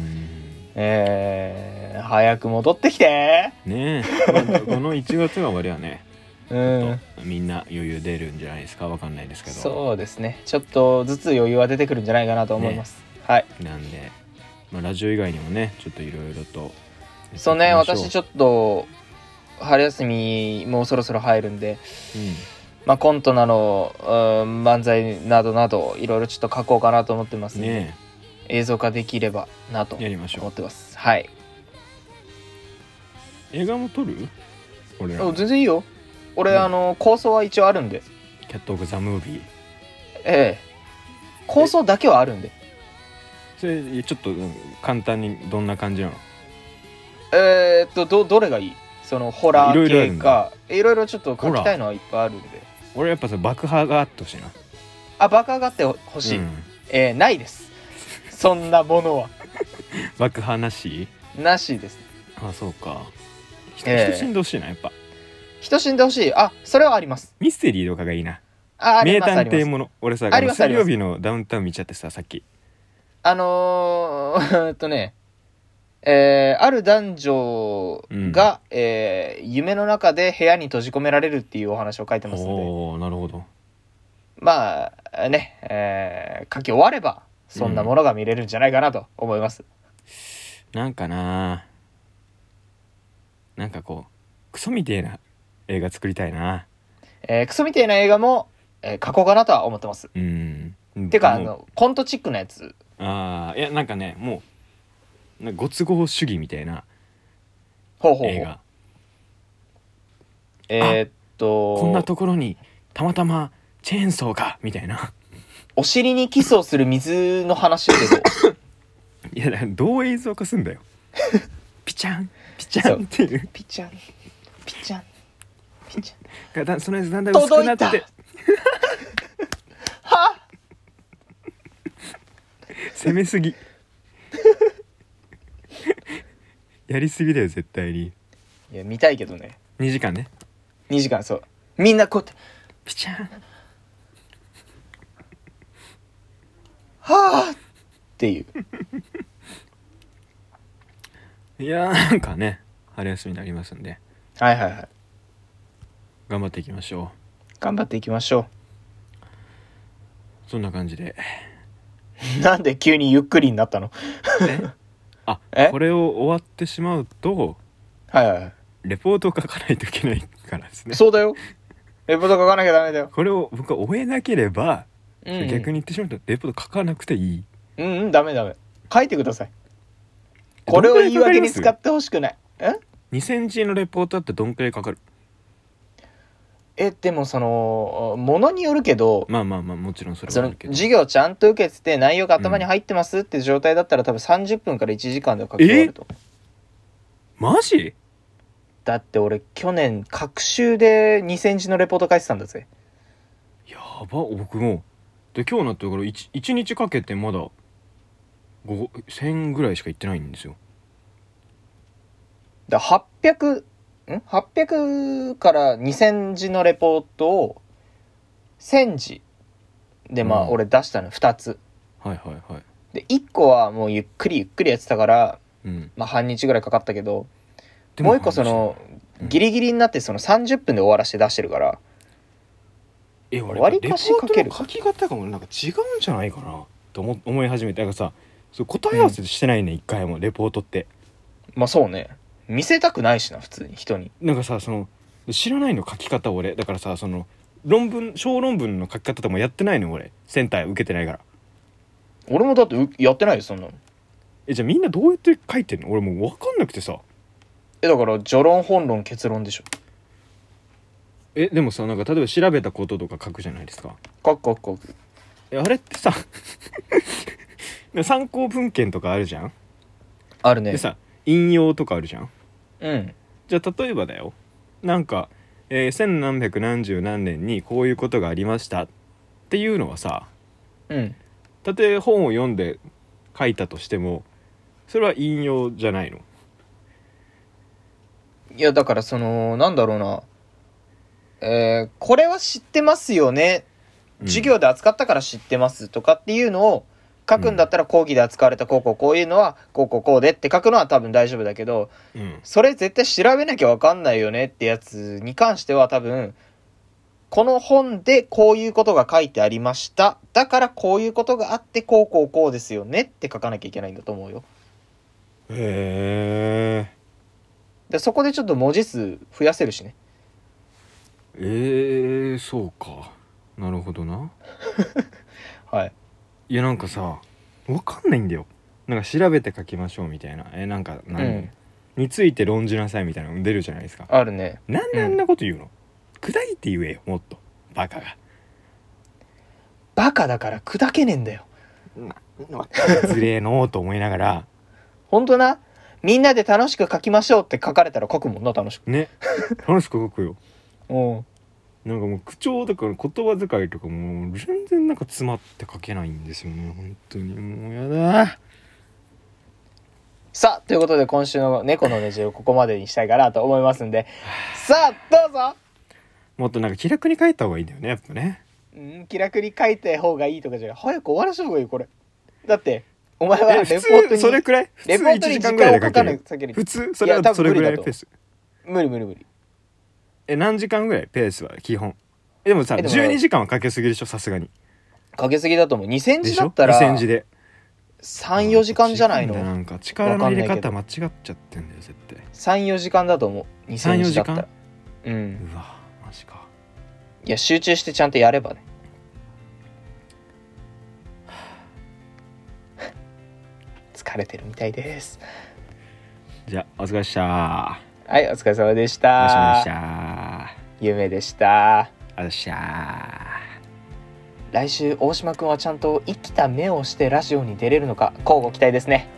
Speaker 1: 早く戻ってきて
Speaker 2: ね。この1月が終わりはね、みんな余裕出るんじゃないですか。わかんないですけど、
Speaker 1: そうですね、ちょっとずつ余裕は出てくるんじゃないかなと思います。
Speaker 2: なんで、ラジオ以外にもねちょっといろいろと。
Speaker 1: そうね、私ちょっと春休みもうそろそろ入るんで、コントなど漫才などなどいろいろちょっと書こうかなと思ってますんで、映像化できればなと思ってます。
Speaker 2: 映画も撮る？俺
Speaker 1: 全然いいよ。俺、構想は一応あるんで。
Speaker 2: キャットオークザムービー。
Speaker 1: 構想だけはあるんで。
Speaker 2: それちょっと簡単にどんな感じなの？
Speaker 1: どれがいい？そのホラー系か、いろいろちょっと書きたいのはいっぱいあるんで。
Speaker 2: 俺やっぱ爆破があってほしいな。
Speaker 1: 爆破があってほしい。ないです。そんなものは。
Speaker 2: 爆破なし？
Speaker 1: なしです。
Speaker 2: そうか。人死んでほしいな、やっぱ。
Speaker 1: 人死んでほしい。それはあります。
Speaker 2: ミステリーとかがいいな。
Speaker 1: 名
Speaker 2: 探偵もの。俺さ、水曜日のダウンタウン見ちゃってさ、さっき。
Speaker 1: ある男女が、夢の中で部屋に閉じ込められるっていうお話を書いてますので。
Speaker 2: なるほど。
Speaker 1: 書き終わればそんなものが見れるんじゃないかなと思います。
Speaker 2: なんかこうクソみてえな映画作りたいな。
Speaker 1: クソみてえな映画も、書こうかなとは思ってます。てかコントチックなやつ。
Speaker 2: いやなんかね、もうご都合主義みたいな映画。こんなところにたまたまチェーンソーがみたいな。
Speaker 1: お尻にキスをする水の話ってどう？
Speaker 2: いやどう映像化すんだよ。ピチャンピチャンっていう
Speaker 1: ピチャンピチャンピチ
Speaker 2: ャンがそのやつだんだん薄くなって
Speaker 1: 届いは
Speaker 2: 攻めすぎやりすぎだよ絶対に。
Speaker 1: いや見たいけどね。
Speaker 2: 2時間ね。
Speaker 1: 2時間そうみんなこうやって
Speaker 2: ピチャン
Speaker 1: はあっていう。
Speaker 2: いやなんかね春休みになりますんで
Speaker 1: はいはいはい。
Speaker 2: 頑張っていきましょ
Speaker 1: 頑張っていきましょ
Speaker 2: う。そんな感じで
Speaker 1: う。なんで急にゆっくりになったの？
Speaker 2: あ
Speaker 1: え
Speaker 2: これを終わってしまうと
Speaker 1: はいはいはい。
Speaker 2: レポートを書かないといけないからですね。
Speaker 1: そうだよ。レポート書かなきゃダメだよ。
Speaker 2: これを僕は終えなければ、
Speaker 1: うん
Speaker 2: 逆に言ってしまうとレポート書かなくていい。
Speaker 1: ダメダメ。書いてください。これを言い訳に使ってほしくない。
Speaker 2: 2000字のレポートってどんくらいかかる？
Speaker 1: でもそのものによるけど、
Speaker 2: まあもちろんそれ
Speaker 1: その
Speaker 2: はあるけど、
Speaker 1: 授業ちゃんと受けてて内容が頭に入ってますって状態だったら多分30分から1時間で書き終わると。
Speaker 2: マジ？
Speaker 1: だって俺去年隔週で2000字のレポート書いてたんだぜ。
Speaker 2: やば。僕もで今日なってるから 1日かけてまだ1000ぐらいしか行ってないんですよ。
Speaker 1: だ800から2000字のレポートを1000字で俺出したの2つ。
Speaker 2: はいはいはい。
Speaker 1: で1個はもうゆっくりやってたから
Speaker 2: うん。
Speaker 1: 半日ぐらいかかったけど、
Speaker 2: で
Speaker 1: もう1個その
Speaker 2: うん
Speaker 1: ギリギリになってその30分で終わらせて出してるから、
Speaker 2: 俺
Speaker 1: 割かし書ける
Speaker 2: レポートの書き方がなんか違うんじゃないかなと思い始めて。だからさ、そう答え合わせしてないね、一回もレポートって。
Speaker 1: そうね、見せたくないしな普通に人に。
Speaker 2: なんかさ、その知らないの書き方俺。だからさ、その小論文の書き方とかもやってないの俺。センター受けてないから。
Speaker 1: 俺もだってやってないよそんなの。
Speaker 2: じゃあみんなどうやって書いてんの？俺もう分かんなくてさ。
Speaker 1: だから序論本論結論でしょ。
Speaker 2: でもさ、なんか例えば調べたこととか書くじゃないですか。
Speaker 1: 書く。
Speaker 2: あれってさ参考文献とかあるじゃん。
Speaker 1: あるね。
Speaker 2: でさ、引用とかあるじゃん。
Speaker 1: うん
Speaker 2: じゃあ例えばだよ、なんか、千何百何十何年にこういうことがありましたっていうのはさ、たとえ本を読んで書いたとしてもそれは引用じゃないの？
Speaker 1: いやだからそのなんだろうな、これは知ってますよね、授業で扱ったから知ってますとかっていうのを書くんだったら講義で扱われたこういうのはこうでって書くのは多分大丈夫だけど、それ絶対調べなきゃ分かんないよねってやつに関しては多分この本でこういうことが書いてありました、だからこういうことがあってこうですよねって書かなきゃいけないんだと思うよ。
Speaker 2: へえ。
Speaker 1: でそこでちょっと文字数増やせるしね。
Speaker 2: そうか、なるほどな。
Speaker 1: はい。
Speaker 2: いやなんかさ、分かんないんだよ。なんか調べて書きましょうみたいな、なんかについて論じなさいみたいなの出るじゃないですか。
Speaker 1: あるね。
Speaker 2: なんであんなこと言うの？砕いて言えよもっと。バカが。
Speaker 1: バカだから砕けねえんだよ。
Speaker 2: ずれえのーと思いながら。
Speaker 1: ほんとな、みんなで楽しく書きましょうって書かれたら書くもんな、楽しく。
Speaker 2: ね、楽しく書くよ。
Speaker 1: うん。
Speaker 2: なんかもう口調とか言葉遣いとかもう全然なんか詰まって書けないんですよね。本当にもうやだ。
Speaker 1: さあ、ということで今週の猫のねじをここまでにしたいかなと思いますんで、さあ、どうぞ。
Speaker 2: もっとなんか気楽に書いた方がいいんだよね、やっぱね。
Speaker 1: 気楽に書いた方がいいとかじゃない。早く終わらせた方がいいこれ。だって、お前はレポートに。
Speaker 2: それくらい普通1時間ぐらいで書ける。普通それはそれぐらいペース。
Speaker 1: 無理。
Speaker 2: 何時間ぐらいペースは基本。でもさ、12時間はかけすぎでしょ、さすがに。
Speaker 1: かけすぎだと思う。2000字だったら
Speaker 2: 2000字で
Speaker 1: 3、4時間じゃないの？
Speaker 2: なんか力の入れ方間違っちゃってんだよ絶対。
Speaker 1: 3、4時間だと思う。2000字だったら。
Speaker 2: うわマジか。
Speaker 1: いや集中してちゃんとやればね。疲れてるみたいです。
Speaker 2: じゃあお疲れでした。
Speaker 1: はい、お疲れ様でした。
Speaker 2: お疲れ様でした。
Speaker 1: 夢でした。
Speaker 2: っしゃ
Speaker 1: 来週大島くんはちゃんと生きた目をしてラジオに出れるのか、乞うご期待ですね。